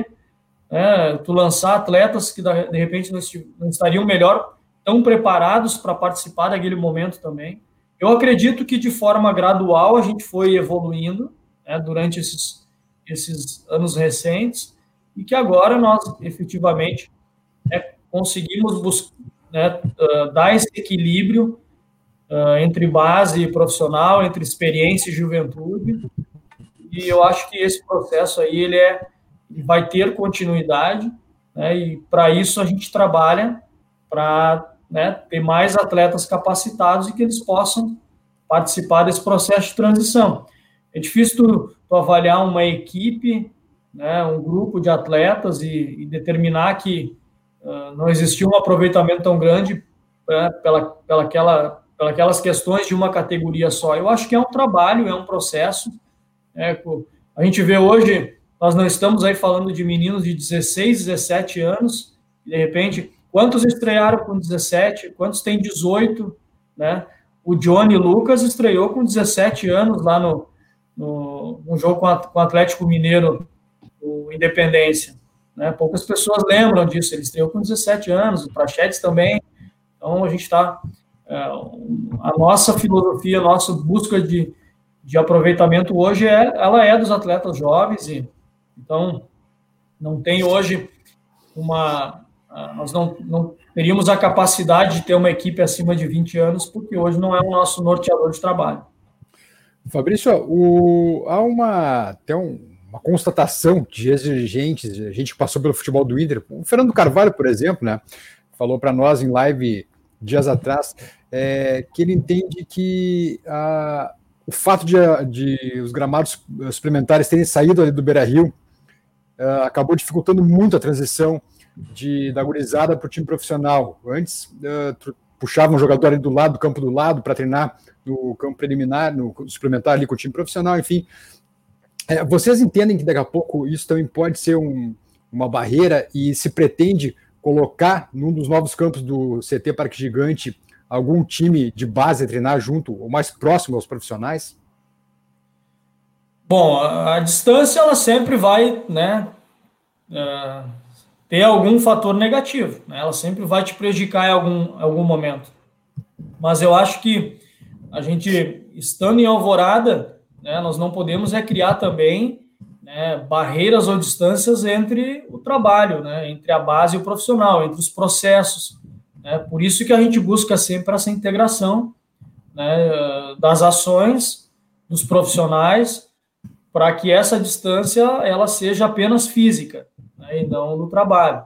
né, tu lançar atletas que, de repente, não estariam melhor, tão preparados para participar daquele momento também. Eu acredito que, de forma gradual, a gente foi evoluindo, né, durante esses, esses anos recentes, e que agora nós, efetivamente, né, conseguimos buscar, né, uh, dar esse equilíbrio uh, entre base e profissional, entre experiência e juventude, e eu acho que esse processo aí ele é, ele vai ter continuidade, né, e para isso a gente trabalha para, né, ter mais atletas capacitados e que eles possam participar desse processo de transição. É difícil tu, tu avaliar uma equipe, né, um grupo de atletas e, e determinar que uh, não existiu um aproveitamento tão grande, né, pela, pela aquela, pela aquelas questões de uma categoria só. Eu acho que é um trabalho, é um processo. É, a gente vê hoje, nós não estamos aí falando de meninos de dezesseis, dezessete anos, de repente, quantos estrearam com dezessete, quantos têm dezoito, né? O Johnny Lucas estreou com dezessete anos lá no, no, no jogo com, a, com o Atlético Mineiro, o Independência, né? Poucas pessoas lembram disso, ele estreou com dezessete anos, o Prachetes também. Então a gente está, é, a nossa filosofia, a nossa busca de, de aproveitamento hoje, é, ela é dos atletas jovens, e então não tem hoje uma, nós não, não teríamos a capacidade de ter uma equipe acima de vinte anos, porque hoje não é o nosso norteador de trabalho. Fabrício, o, há uma, até um uma constatação de dirigentes, a gente que passou pelo futebol do Inter, o Fernando Carvalho, por exemplo, né, falou para nós em live dias atrás, é, que ele entende que a, o fato de, de os gramados suplementares terem saído ali do Beira-Rio uh, acabou dificultando muito a transição de, da gurizada para o time profissional. Antes, uh, puxava um jogador ali do lado, do campo do lado, para treinar no campo preliminar, no suplementar ali com o time profissional, enfim. É, vocês entendem que daqui a pouco isso também pode ser um, uma barreira e se pretende colocar num dos novos campos do C T Parque Gigante algum time de base a treinar junto, ou mais próximo aos profissionais? Bom, a, a distância ela sempre vai, né, uh, ter algum fator negativo, né? Ela sempre vai te prejudicar em algum, algum momento. Mas eu acho que a gente, estando em Alvorada, né, nós não podemos é criar também, né, barreiras ou distâncias entre o trabalho, né, entre a base e o profissional, entre os processos. Né? Por isso que a gente busca sempre essa integração, né, das ações dos profissionais, para que essa distância ela seja apenas física, né, e não no trabalho.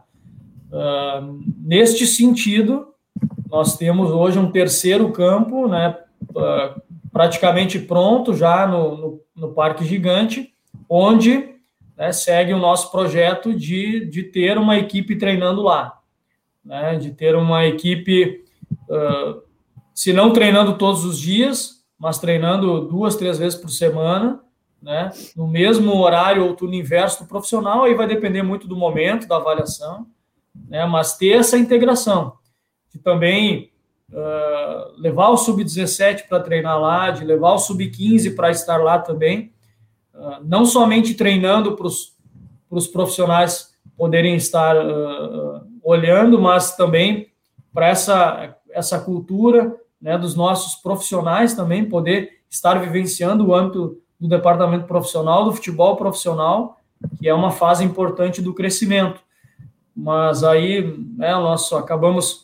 Uh, neste sentido, nós temos hoje um terceiro campo, né, uh, praticamente pronto já no, no, no Parque Gigante, onde, né, segue o nosso projeto de, de ter uma equipe treinando lá, né, de ter uma equipe, uh, se não treinando todos os dias, mas treinando duas, três vezes por semana, né, no mesmo horário ou turno inverso do profissional. Aí vai depender muito do momento, da avaliação, né, mas ter essa integração, de também uh, levar o sub dezessete para treinar lá, de levar o sub quinze para estar lá também, uh, não somente treinando para os profissionais poderem estar uh, olhando, mas também para essa, essa cultura, né, dos nossos profissionais também poder estar vivenciando o âmbito do departamento profissional, do futebol profissional, que é uma fase importante do crescimento. Mas aí, né, nós acabamos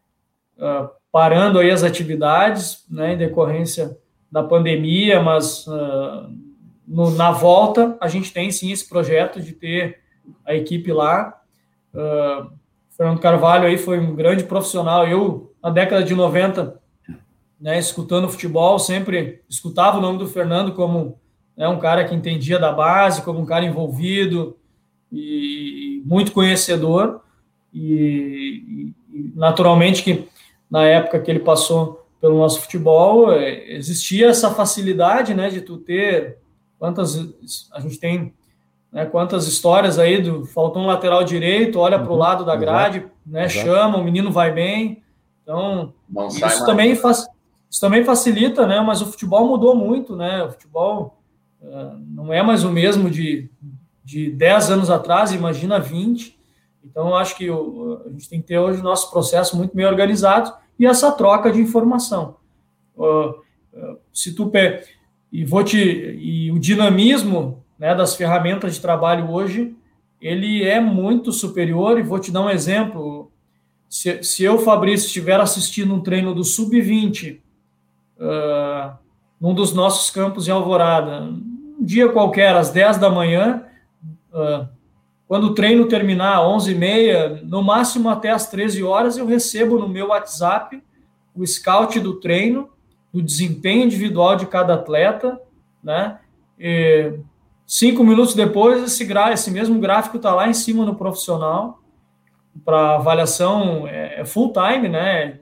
uh, parando aí as atividades, né, em decorrência da pandemia, mas uh, no, na volta a gente tem sim esse projeto de ter a equipe lá. Uh, Fernando Carvalho aí foi um grande profissional. Eu, na década de noventa, né, escutando futebol, sempre escutava o nome do Fernando como, né, um cara que entendia da base, como um cara envolvido e muito conhecedor. E, e naturalmente que na época que ele passou pelo nosso futebol, existia essa facilidade, né, de tu ter quantas a gente tem, né, quantas histórias aí do faltou um lateral direito, olha uhum, para o lado da grade, exato, né, exato. Chama, o menino vai bem. Então, não isso também faz, isso também facilita, né, mas o futebol mudou muito, né? O futebol uh, não é mais o mesmo de, de dez anos atrás, imagina vinte. Então, eu acho que o, a gente tem que ter hoje o nosso processo muito bem organizado e essa troca de informação. Uh, uh, se tu pe... e vou te e o dinamismo, né, das ferramentas de trabalho hoje, ele é muito superior. E vou te dar um exemplo. Se, se eu, Fabrício, estiver assistindo um treino do sub vinte, uh, num dos nossos campos em Alvorada, um dia qualquer, às dez da manhã, uh, quando o treino terminar, onze e meia, no máximo até às treze horas, eu recebo no meu WhatsApp o scout do treino, do desempenho individual de cada atleta, né? E cinco minutos depois, esse, gra- esse mesmo gráfico está lá em cima no profissional, para avaliação é, é full time, né?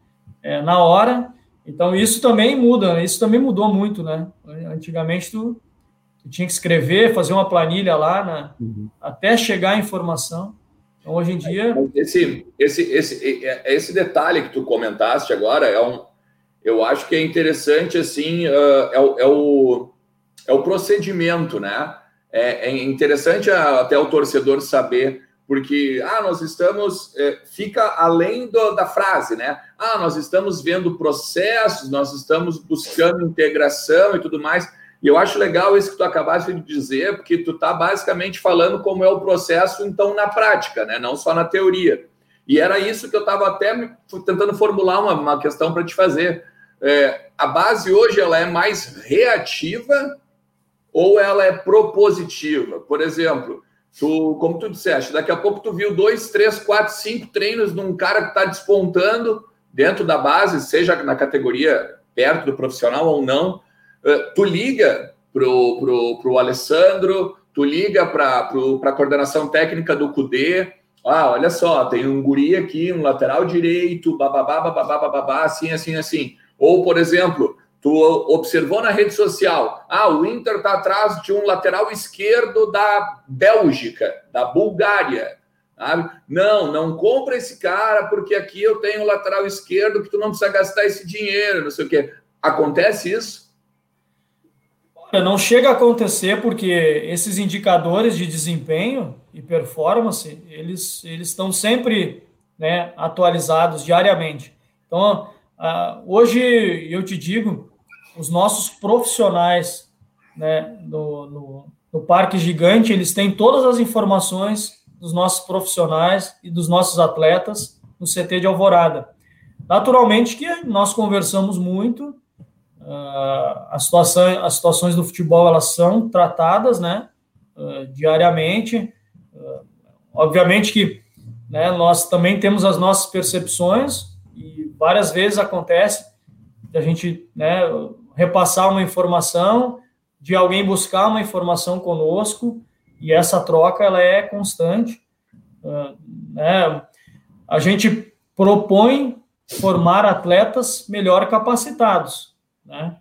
É na hora. Então, isso também muda, né? Isso também mudou muito, né? Antigamente, tu, tu tinha que escrever, fazer uma planilha lá, né? Uhum. Até chegar a informação. Então, hoje em dia... Esse, esse, esse, esse detalhe que tu comentaste agora, é um, eu acho que é interessante, assim, uh, é, o, é, o, é o procedimento, né? É, é interessante até o torcedor saber, porque, ah, nós estamos... É, fica além do, da frase, né? Ah, nós estamos vendo processos, nós estamos buscando integração e tudo mais. E eu acho legal isso que tu acabaste de dizer, porque tu está basicamente falando como é o processo, então, na prática, né? Não só na teoria. E era isso que eu estava até tentando formular uma, uma questão para te fazer. É, a base hoje, ela é mais reativa ou ela é propositiva? Por exemplo, tu, como tu disseste, daqui a pouco tu viu dois, três, quatro, cinco treinos de um cara que está despontando dentro da base, seja na categoria perto do profissional ou não. Uh, tu liga pro, pro, pro Alessandro, tu liga para a coordenação técnica do C U D, Ah, olha só, tem um guri aqui, um lateral direito, bababá, bababá, bababá, assim, assim, assim. Ou, por exemplo, tu observou na rede social, ah, o Inter está atrás de um lateral esquerdo da Bélgica, da Bulgária. Sabe? Não, não compra esse cara, porque aqui eu tenho um lateral esquerdo que tu não precisa gastar esse dinheiro, não sei o quê. Acontece isso? Não chega a acontecer porque esses indicadores de desempenho e performance, eles, eles estão sempre, né, atualizados diariamente. Então, uh, hoje eu te digo, os nossos profissionais, né, no, no, no Parque Gigante, eles têm todas as informações dos nossos profissionais e dos nossos atletas no C T de Alvorada. Naturalmente que nós conversamos muito. Uh, as, situação, as situações do futebol, elas são tratadas, né, uh, diariamente. Uh, obviamente que, né, nós também temos as nossas percepções e várias vezes acontece de a gente, né, repassar uma informação, de alguém buscar uma informação conosco, e essa troca ela é constante. Uh, né, a gente propõe formar atletas melhor capacitados, né?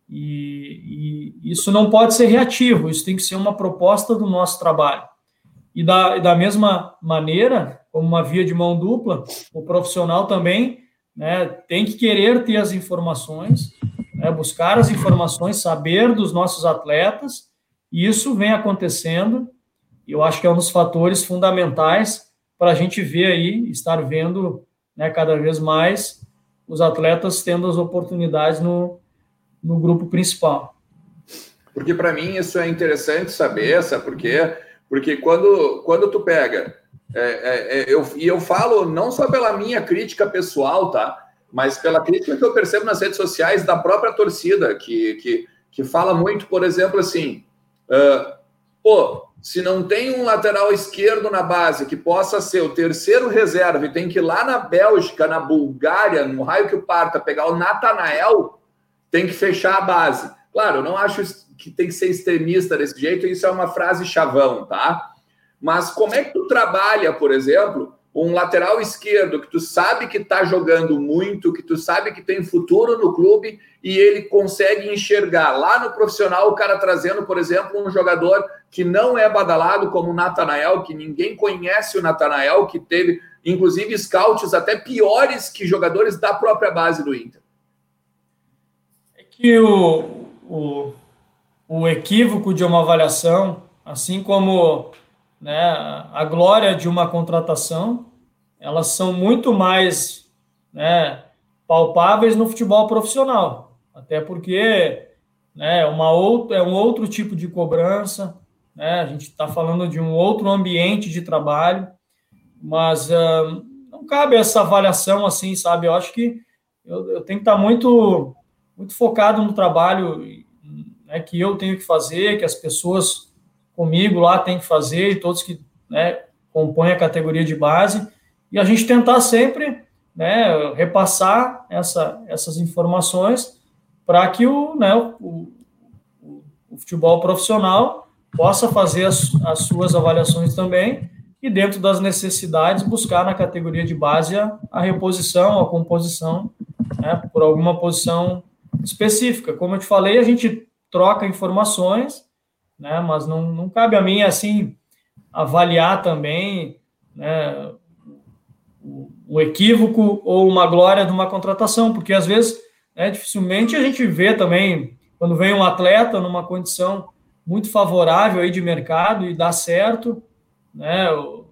E, e isso não pode ser reativo, isso tem que ser uma proposta do nosso trabalho. E da, da mesma maneira, como uma via de mão dupla, o profissional também, né, tem que querer ter as informações, né, buscar as informações, saber dos nossos atletas, e isso vem acontecendo, e eu acho que é um dos fatores fundamentais para a gente ver aí, estar vendo, né, cada vez mais os atletas tendo as oportunidades no no grupo principal. Porque para mim isso é interessante saber, sabe por quê? Porque quando, quando tu pega, é, é, é, eu, e eu falo não só pela minha crítica pessoal, tá? Mas pela crítica que eu percebo nas redes sociais da própria torcida, que, que, que fala muito, por exemplo, assim, uh, pô, se não tem um lateral esquerdo na base que possa ser o terceiro reserva e tem que ir lá na Bélgica, na Bulgária, no raio que o parta, pegar o Natanael, tem que fechar a base. Claro, eu não acho que tem que ser extremista desse jeito, isso é uma frase chavão, tá? Mas como é que tu trabalha, por exemplo, um lateral esquerdo que tu sabe que tá jogando muito, que tu sabe que tem futuro no clube e ele consegue enxergar lá no profissional o cara trazendo, por exemplo, um jogador que não é badalado como o Natanael, que ninguém conhece o Natanael, que teve, inclusive, scouts até piores que jogadores da própria base do Inter. Que o, o, o equívoco de uma avaliação, assim como, né, a glória de uma contratação, elas são muito mais, né, palpáveis no futebol profissional, até porque, né, uma outra, é um outro tipo de cobrança, né, a gente está falando de um outro ambiente de trabalho, mas uh, não cabe essa avaliação assim, sabe? Eu acho que eu, eu tenho que estar muito... muito focado no trabalho, né, que eu tenho que fazer, que as pessoas comigo lá têm que fazer, e todos que, né, compõem a categoria de base, e a gente tentar sempre, né, repassar essa, essas informações para que o, né, o, o, o futebol profissional possa fazer as, as suas avaliações também, e dentro das necessidades buscar na categoria de base a, a reposição, a composição, né, por alguma posição específica. Como eu te falei, a gente troca informações, né, mas não, não cabe a mim, assim, avaliar também, né, o, o equívoco ou uma glória de uma contratação, porque às vezes, né, dificilmente a gente vê também, quando vem um atleta numa condição muito favorável aí de mercado e dá certo, né, eu,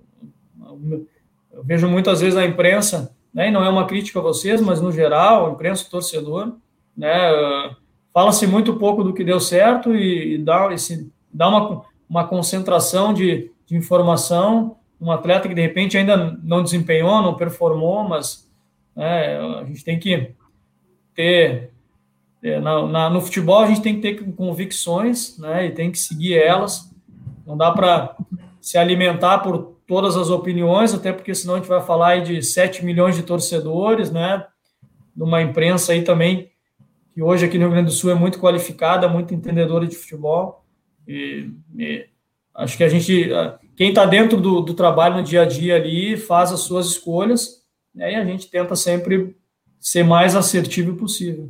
eu vejo muitas vezes a imprensa, né, e não é uma crítica a vocês, mas no geral, a imprensa, o torcedor, né, fala-se muito pouco do que deu certo e dá, esse, dá uma, uma concentração de, de informação, um atleta que de repente ainda não desempenhou, não performou, mas, né, a gente tem que ter, na, na, no futebol a gente tem que ter convicções, né, e tem que seguir elas, não dá para se alimentar por todas as opiniões, até porque senão a gente vai falar aí de sete milhões de torcedores, né, numa imprensa aí também que hoje aqui no Rio Grande do Sul é muito qualificada, muito entendedora de futebol, e, e acho que a gente, quem está dentro do, do trabalho no dia a dia ali faz as suas escolhas, né, e a gente tenta sempre ser mais assertivo possível.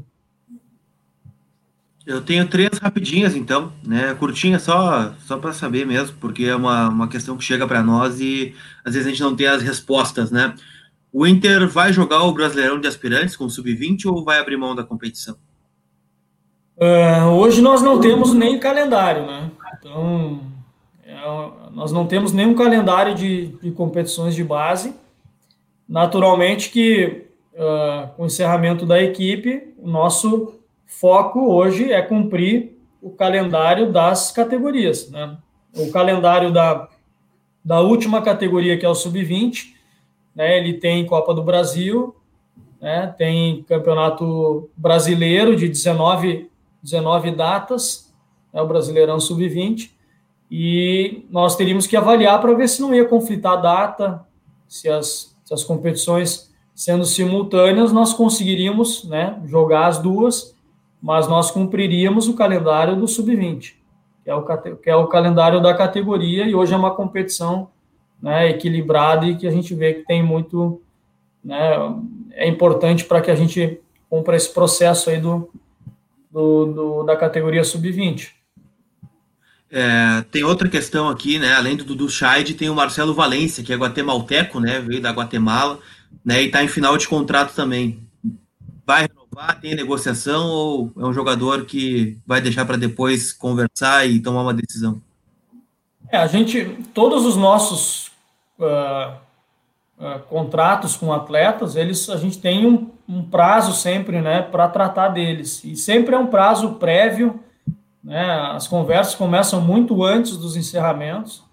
Eu tenho três rapidinhas, então, né? Curtinha só, só para saber mesmo, porque é uma, uma questão que chega para nós e às vezes a gente não tem as respostas, né? O Inter vai jogar o Brasileirão de Aspirantes com o sub vinte ou vai abrir mão da competição? Uh, hoje nós não temos nem calendário, né? Então, é, nós não temos nenhum calendário de, de competições de base. Naturalmente que, uh, com o encerramento da equipe, o nosso foco hoje é cumprir o calendário das categorias, né? O calendário da, da última categoria, que é o sub vinte, né? Ele tem Copa do Brasil, né? Tem Campeonato Brasileiro de dezenove, dezenove datas, né? O Brasileirão sub vinte, e nós teríamos que avaliar para ver se não ia conflitar a data, se as, se as competições sendo simultâneas, nós conseguiríamos, né, jogar as duas, mas nós cumpriríamos o calendário do sub vinte, que é o, que é o calendário da categoria, e hoje é uma competição, né, equilibrada e que a gente vê que tem muito, né, é importante para que a gente cumpra esse processo aí do, do, do da categoria sub vinte. É, tem outra questão aqui, né, além do Dudu Scheid, tem o Marcelo Valência, que é guatemalteco, né, veio da Guatemala, né, e está em final de contrato também. Vai renovar, tem negociação, ou é um jogador que vai deixar para depois conversar e tomar uma decisão? É, a gente, todos os nossos uh, uh, contratos com atletas, eles, a gente tem um, um prazo sempre, né, para tratar deles, e sempre é um prazo prévio, né, as conversas começam muito antes dos encerramentos,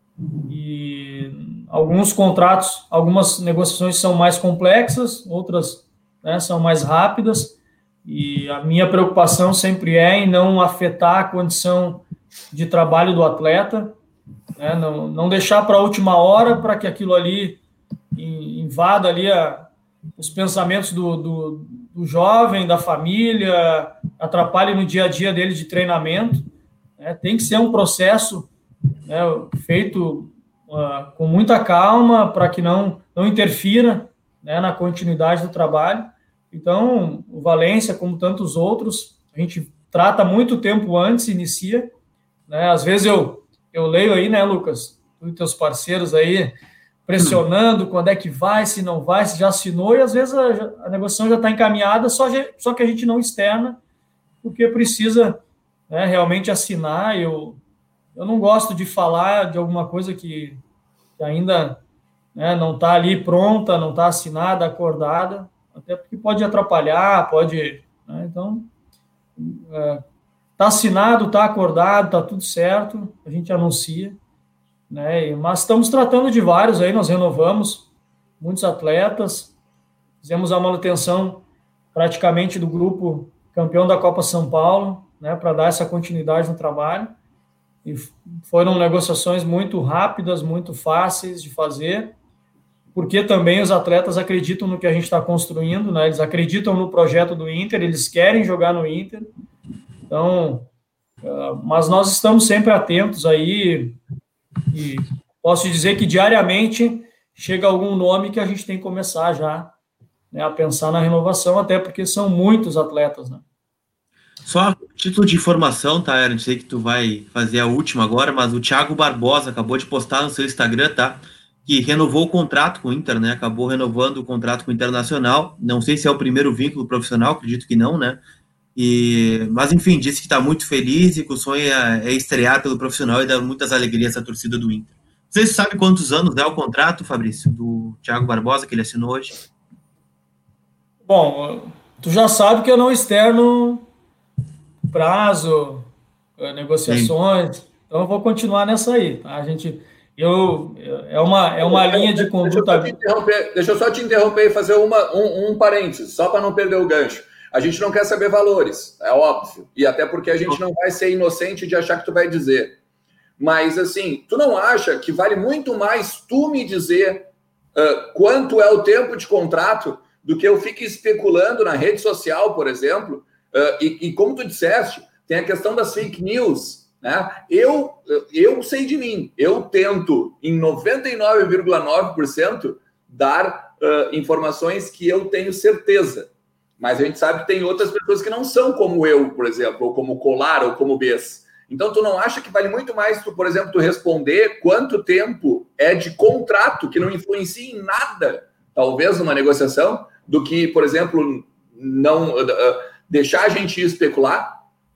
e alguns contratos, algumas negociações são mais complexas, outras, né, são mais rápidas, e a minha preocupação sempre é em não afetar a condição de trabalho do atleta, né, não, não deixar para a última hora para que aquilo ali invada ali a, os pensamentos do, do, do jovem, da família, atrapalhe no dia a dia dele de treinamento, né, tem que ser um processo, né, feito uh, com muita calma para que não, não interfira, né, na continuidade do trabalho. Então, o Valência, como tantos outros, a gente trata muito tempo antes, inicia, né? Às vezes eu, eu leio aí, né, Lucas, tu e teus parceiros aí, pressionando quando é que vai, se não vai, se já assinou, e às vezes a, a negociação já está encaminhada, só, só que a gente não externa, porque precisa, né, realmente assinar. Eu, eu não gosto de falar de alguma coisa que, que ainda, né, não está ali pronta, não está assinada, acordada, até porque pode atrapalhar, pode, né, então, está é, assinado, está acordado, está tudo certo, a gente anuncia, né, mas estamos tratando de vários aí, nós renovamos muitos atletas, fizemos a manutenção praticamente do grupo campeão da Copa São Paulo, né, para dar essa continuidade no trabalho, e foram negociações muito rápidas, muito fáceis de fazer, porque também os atletas acreditam no que a gente está construindo, né? Eles acreditam no projeto do Inter, eles querem jogar no Inter, então, uh, mas nós estamos sempre atentos aí, e posso dizer que diariamente chega algum nome que a gente tem que começar já, né, a pensar na renovação, até porque são muitos atletas, né? Só título de informação, tá, Aaron? Sei que tu vai fazer a última agora, mas o Thiago Barbosa acabou de postar no seu Instagram, tá? Que renovou o contrato com o Inter, né? Acabou renovando o contrato com o Internacional. Não sei se é o primeiro vínculo profissional, acredito que não, né? E, mas, enfim, disse que está muito feliz e que o sonho é, é estrear pelo profissional e dar muitas alegrias à torcida do Inter. Você sabe quantos anos é o contrato, Fabrício, do Thiago Barbosa, que ele assinou hoje? Bom, tu já sabe que eu não externo prazo, negociações, sim, então eu vou continuar nessa aí, tá? A gente... Eu, é uma, é uma linha de conduta... Deixa eu, só te deixa eu só te interromper e fazer uma, um, um parênteses, só para não perder o gancho. A gente não quer saber valores, é óbvio. E até porque a gente não vai ser inocente de achar que tu vai dizer. Mas, assim, tu não acha que vale muito mais tu me dizer uh, quanto é o tempo de contrato do que eu fique especulando na rede social, por exemplo? Uh, e, e como tu disseste, tem a questão das fake news. né? Eu, eu sei de mim, eu tento, em noventa e nove vírgula nove por cento, dar uh, informações que eu tenho certeza. Mas a gente sabe que tem outras pessoas que não são como eu, por exemplo, ou como Colar, ou como Bess. Então, tu não acha que vale muito mais, tu, por exemplo, tu responder quanto tempo é de contrato, que não influencia em nada, talvez, numa negociação, do que, por exemplo, não uh, uh, deixar a gente especular?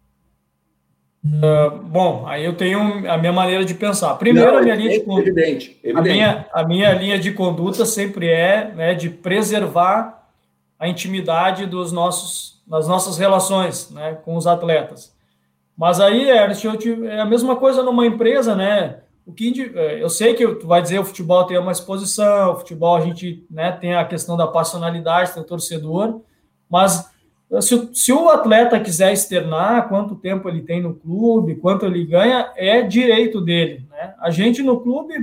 Uh, bom, aí eu tenho a minha maneira de pensar. Primeiro, não, a minha linha de conduta, evidente, evidente. A, minha, a minha linha de conduta sempre é, né, de preservar a intimidade dos nossos, das nossas relações, né, com os atletas. Mas aí, Ernst, eu te, é a mesma coisa numa empresa, né? O que eu sei que tu vai dizer o futebol tem uma exposição, o futebol a gente, né, tem a questão da passionalidade, do torcedor, mas se, se o atleta quiser externar quanto tempo ele tem no clube, quanto ele ganha, é direito dele, né? A gente no clube,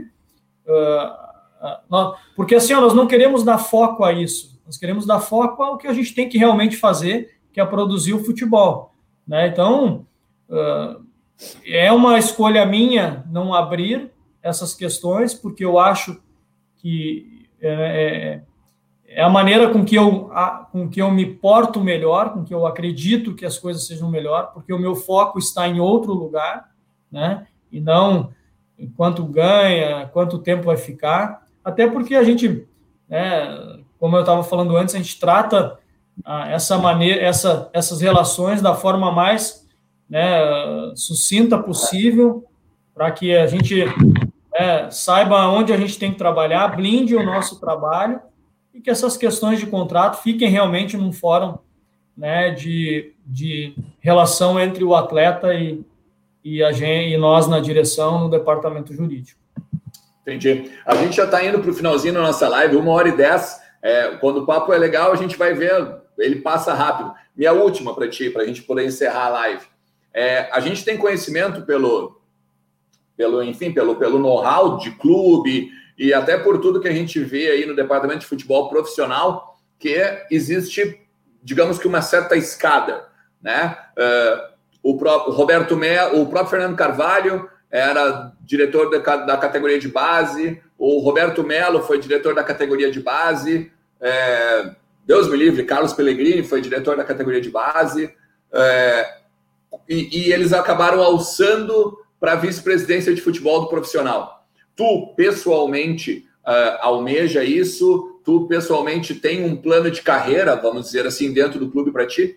uh, uh, nós, porque assim, ó, nós não queremos dar foco a isso, nós queremos dar foco ao que a gente tem que realmente fazer, que é produzir o futebol, né? Então, uh, é uma escolha minha não abrir essas questões, porque eu acho que é, é a maneira com que, eu, a, com que eu me porto melhor, com que eu acredito que as coisas sejam melhor, porque o meu foco está em outro lugar, né? E não em quanto ganha, quanto tempo vai ficar, até porque a gente, né, como eu estava falando antes, a gente trata ah, essa maneira, essa, essas relações da forma mais, né, sucinta possível, para que a gente é, saiba onde a gente tem que trabalhar, blinde o nosso trabalho e que essas questões de contrato fiquem realmente num fórum, né, de, de relação entre o atleta e, e, a gente, e nós na direção, no departamento jurídico. Entendi. A gente já está indo para o finalzinho da nossa live, uma hora e dez. É, quando o papo é legal, a gente vai ver, ele passa rápido. Minha última para ti, para a gente poder encerrar a live. É, a gente tem conhecimento pelo, pelo enfim, pelo, pelo know-how de clube e até por tudo que a gente vê aí no departamento de futebol profissional, que existe, digamos que uma certa escada, né? Uh, o próprio Roberto Melo, o próprio Fernando Carvalho era diretor da, da categoria de base, o Roberto Melo foi diretor da categoria de base, é, Deus me livre, Carlos Pellegrini foi diretor da categoria de base, é, E, e eles acabaram alçando para a vice-presidência de futebol do profissional. Tu, pessoalmente, uh, almeja isso? Tu, pessoalmente, tem um plano de carreira, vamos dizer assim, dentro do clube para ti?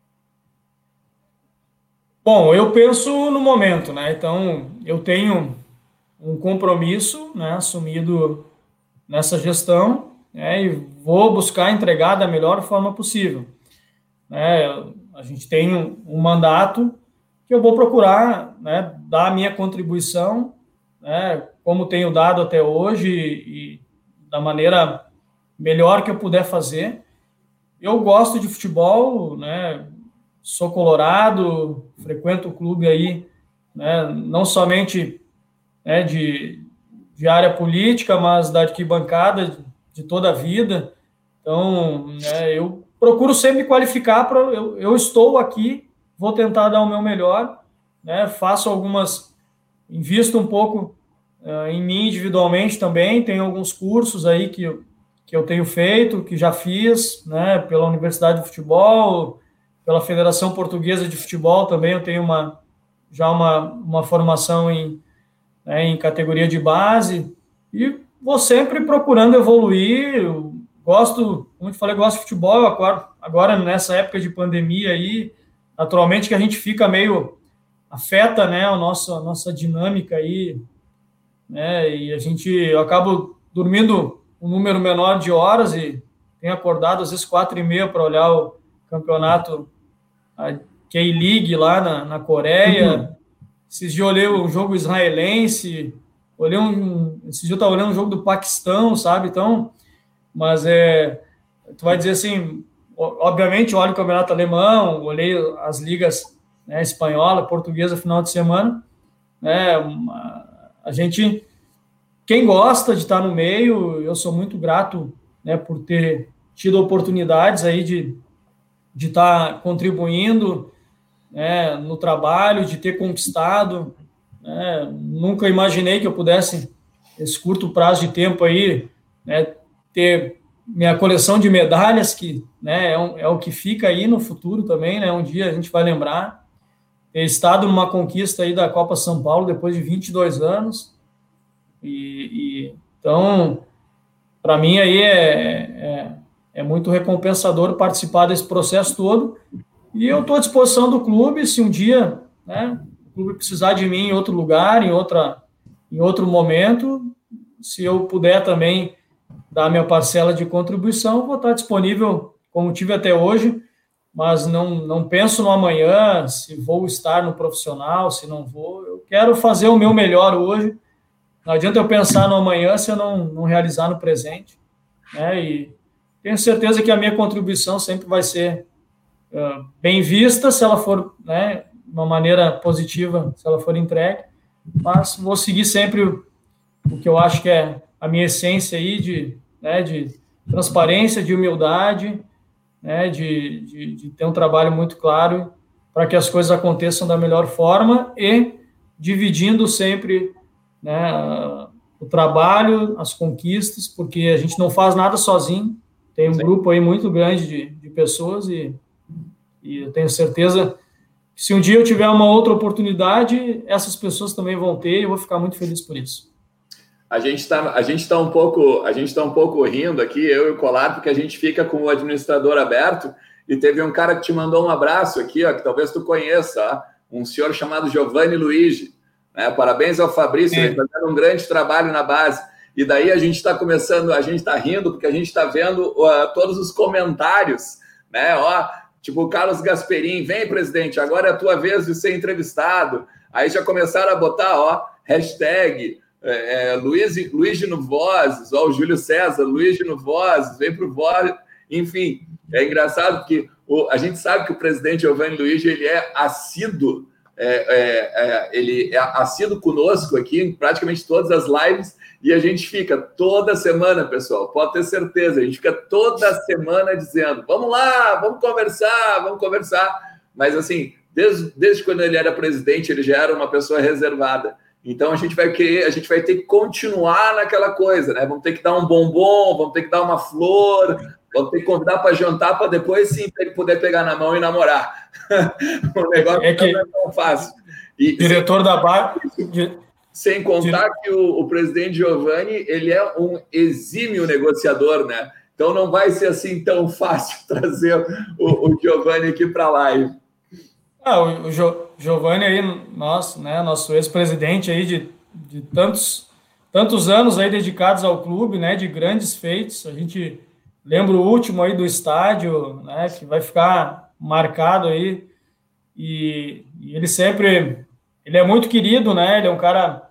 Bom, eu penso no momento, né? Então, eu tenho um compromisso, né, assumido nessa gestão, né, e vou buscar entregar da melhor forma possível. Né? A gente tem um, um mandato que eu vou procurar, né, dar a minha contribuição, né, como tenho dado até hoje e, e da maneira melhor que eu puder fazer. Eu gosto de futebol, né, sou colorado, frequento o clube aí, né, não somente, né, de, de área política, mas da arquibancada de toda a vida. Então, né, eu procuro sempre me qualificar para eu, eu estou aqui, vou tentar dar o meu melhor, né? Faço algumas, invisto um pouco uh, em mim individualmente também, tenho alguns cursos aí que eu, que eu tenho feito, que já fiz, né? Pela Universidade de Futebol, pela Federação Portuguesa de Futebol também eu tenho uma, já uma, uma formação em, né, em categoria de base e vou sempre procurando evoluir. Eu gosto, como eu te falei, gosto de futebol, agora, agora nessa época de pandemia aí, naturalmente que a gente fica meio, afeta, né, a nossa, a nossa dinâmica aí, né, e a gente, eu acabo dormindo um número menor de horas e tenho acordado às vezes quatro e meia para olhar o campeonato, a K-League lá na, na Coreia. Uhum. Esses dias eu olhei um jogo israelense, olhei um, esses dias eu estava olhando um jogo do Paquistão, sabe, então, mas é, tu vai dizer assim, obviamente, olho o campeonato alemão, olhei as ligas, né, espanhola, portuguesa, final de semana, né, a gente, quem gosta de estar no meio, eu sou muito grato, né, por ter tido oportunidades aí de, de estar contribuindo, né, no trabalho, de ter conquistado, né, nunca imaginei que eu pudesse, nesse curto prazo de tempo aí, né, ter minha coleção de medalhas, que, né, é, um, é o que fica aí no futuro também, né, um dia a gente vai lembrar, ter estado numa conquista aí da Copa São Paulo depois de vinte e dois anos, e, e então, para mim aí é, é, é muito recompensador participar desse processo todo, e eu estou à disposição do clube, se um dia, né, o clube precisar de mim em outro lugar, em, outra, em outro momento, se eu puder também dar minha parcela de contribuição, vou estar disponível, como tive até hoje, mas não, não penso no amanhã, se vou estar no profissional, se não vou. Eu quero fazer o meu melhor hoje. Não adianta eu pensar no amanhã se eu não, não realizar no presente, né? E tenho certeza que a minha contribuição sempre vai ser uh, bem vista, se ela for, né, de uma maneira positiva, se ela for entregue, mas vou seguir sempre o, o que eu acho que é a minha essência aí de, né, de transparência, de humildade, né, de, de, de ter um trabalho muito claro para que as coisas aconteçam da melhor forma e dividindo sempre, né, o trabalho, as conquistas, porque a gente não faz nada sozinho, tem um Sim. grupo aí muito grande de, de pessoas e, e eu tenho certeza que se um dia eu tiver uma outra oportunidade, essas pessoas também vão ter e eu vou ficar muito feliz por isso. A gente está a gente tá um pouco a gente tá um pouco rindo aqui, eu e o Colar, porque a gente fica com o administrador aberto e teve um cara que te mandou um abraço aqui, ó, que talvez tu conheça, ó, um senhor chamado Giovanni Luigi, né? Parabéns ao Fabrício, ele está fazendo um grande trabalho na base. E daí a gente está começando, a gente está rindo porque a gente está vendo uh, todos os comentários, né? Ó, tipo o Carlos Gasperin, vem presidente, agora é a tua vez de ser entrevistado. Aí já começaram a botar, ó, hashtag É, é, Luiz, Luiz no Vozes, ó, o Júlio César, Luiz no Vozes, vem pro Vozes, enfim, é engraçado porque o, a gente sabe que o presidente Giovanni Luiz, ele é assíduo, é, é, é, ele é assíduo conosco aqui em praticamente todas as lives e a gente fica toda semana, pessoal, pode ter certeza, a gente fica toda semana dizendo, vamos lá, vamos conversar, vamos conversar, mas assim, desde, desde quando ele era presidente, ele já era uma pessoa reservada. Então, a gente vai querer, a gente vai ter que continuar naquela coisa, né? Vamos ter que dar um bombom, vamos ter que dar uma flor, vamos ter que convidar para jantar para depois sim ele poder pegar na mão e namorar. O negócio é que não é tão fácil. E, diretor sem, da B A C... Sem contar que o, o presidente Giovanni, ele é um exímio negociador, né? Então, não vai ser assim tão fácil trazer o, o Giovanni aqui para a live. Ah, o jo, Giovanni aí, nosso, né, nosso ex-presidente aí de, de tantos, tantos anos aí dedicados ao clube, né, de grandes feitos. A gente lembra o último aí do estádio, né, que vai ficar marcado aí. E, e ele sempre, ele é muito querido, né, ele é um cara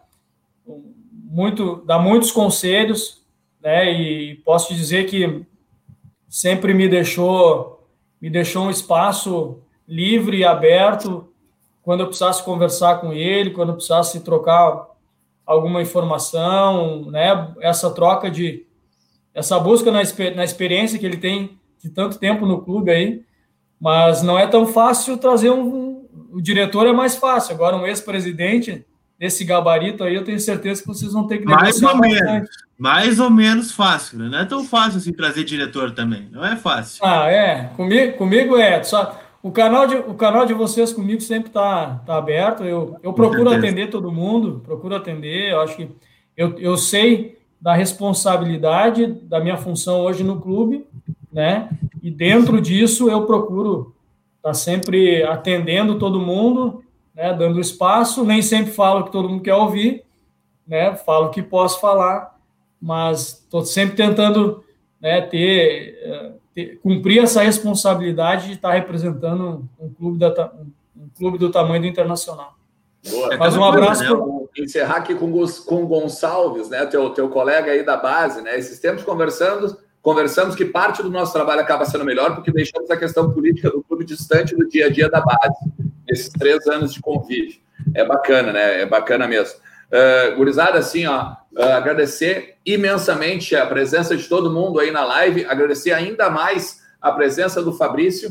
muito, dá muitos conselhos, né, e posso te dizer que sempre me deixou, me deixou um espaço livre e aberto, quando eu precisasse conversar com ele, quando eu precisasse trocar alguma informação, né? Essa troca de, essa busca na, na experiência que ele tem de tanto tempo no clube aí, mas não é tão fácil trazer um, um o diretor é mais fácil, agora um ex-presidente desse gabarito aí, eu tenho certeza que vocês vão ter que mais ou menos, bastante. mais ou menos fácil, né? Não é tão fácil assim trazer diretor também, não é fácil. Ah, é, comigo, comigo é, só O canal, de, o canal de vocês comigo sempre está tá aberto, eu, eu procuro atender todo mundo, procuro atender, eu acho que eu, eu sei da responsabilidade da minha função hoje no clube, né, e dentro disso eu procuro estar tá sempre atendendo todo mundo, né, dando espaço, nem sempre falo o que todo mundo quer ouvir, né, falo o que posso falar, mas estou sempre tentando, né, ter... cumprir essa responsabilidade de estar representando um clube, da, um clube do tamanho do Internacional. Boa. Mas um abraço. Né? Pro... Encerrar aqui com o Gonçalves, né? teu, teu colega aí da base. Né? Esses tempos conversando, conversamos que parte do nosso trabalho acaba sendo melhor porque deixamos a questão política do clube distante do dia a dia da base, nesses três anos de convívio. É bacana, né? É bacana mesmo. Uh, gurizada, assim, ó, uh, agradecer imensamente a presença de todo mundo aí na live, agradecer ainda mais a presença do Fabrício,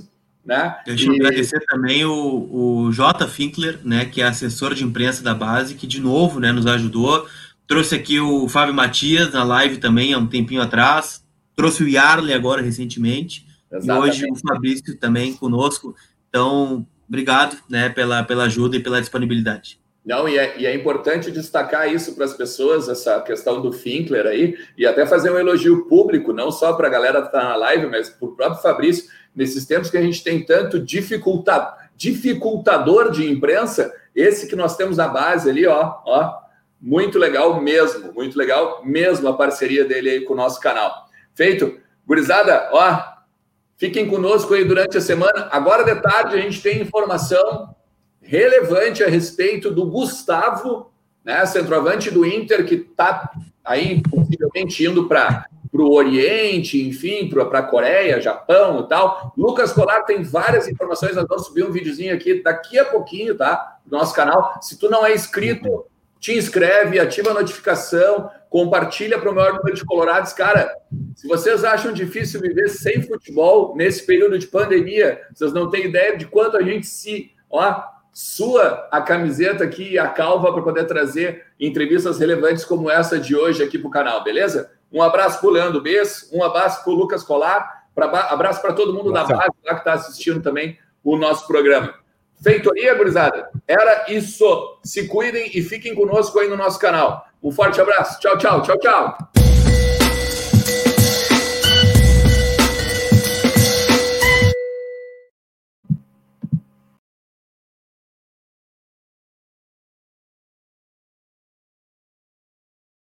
né? Deixa eu e... agradecer também o, o J. Finkler, né, que é assessor de imprensa da base, que de novo, né, nos ajudou. Trouxe aqui o Fábio Matias na live também, há um tempinho atrás. Trouxe o Yarley agora, recentemente. Exatamente. E hoje o Fabrício também conosco. Então, obrigado, né, pela, pela ajuda e pela disponibilidade. Não, e é, e é importante destacar isso para as pessoas, essa questão do Finkler aí, e até fazer um elogio público, não só para a galera que está na live, mas para o próprio Fabrício, nesses tempos que a gente tem tanto dificulta, dificultador de imprensa, esse que nós temos na base ali, ó, ó, muito legal mesmo, muito legal mesmo a parceria dele aí com o nosso canal. Feito? Gurizada, ó, fiquem conosco aí durante a semana. Agora de tarde a gente tem informação relevante a respeito do Gustavo, né, centroavante do Inter, que está aí possivelmente indo para o Oriente, enfim, para a Coreia, Japão e tal. Lucas Colar tem várias informações, nós vamos subir um videozinho aqui daqui a pouquinho, tá? No nosso canal. Se tu não é inscrito, te inscreve, ativa a notificação, compartilha para o maior número de colorados. Cara, se vocês acham difícil viver sem futebol nesse período de pandemia, vocês não têm ideia de quanto a gente se... ó, sua a camiseta aqui e a calva para poder trazer entrevistas relevantes como essa de hoje aqui para o canal, beleza? Um abraço para o Leandro Bess, um abraço para o Lucas Colar, pra, abraço para todo mundo Nossa. da base lá que está assistindo também o nosso programa. Feitoria, gurizada, era isso. Se cuidem e fiquem conosco aí no nosso canal. Um forte abraço. Tchau, tchau, tchau, tchau.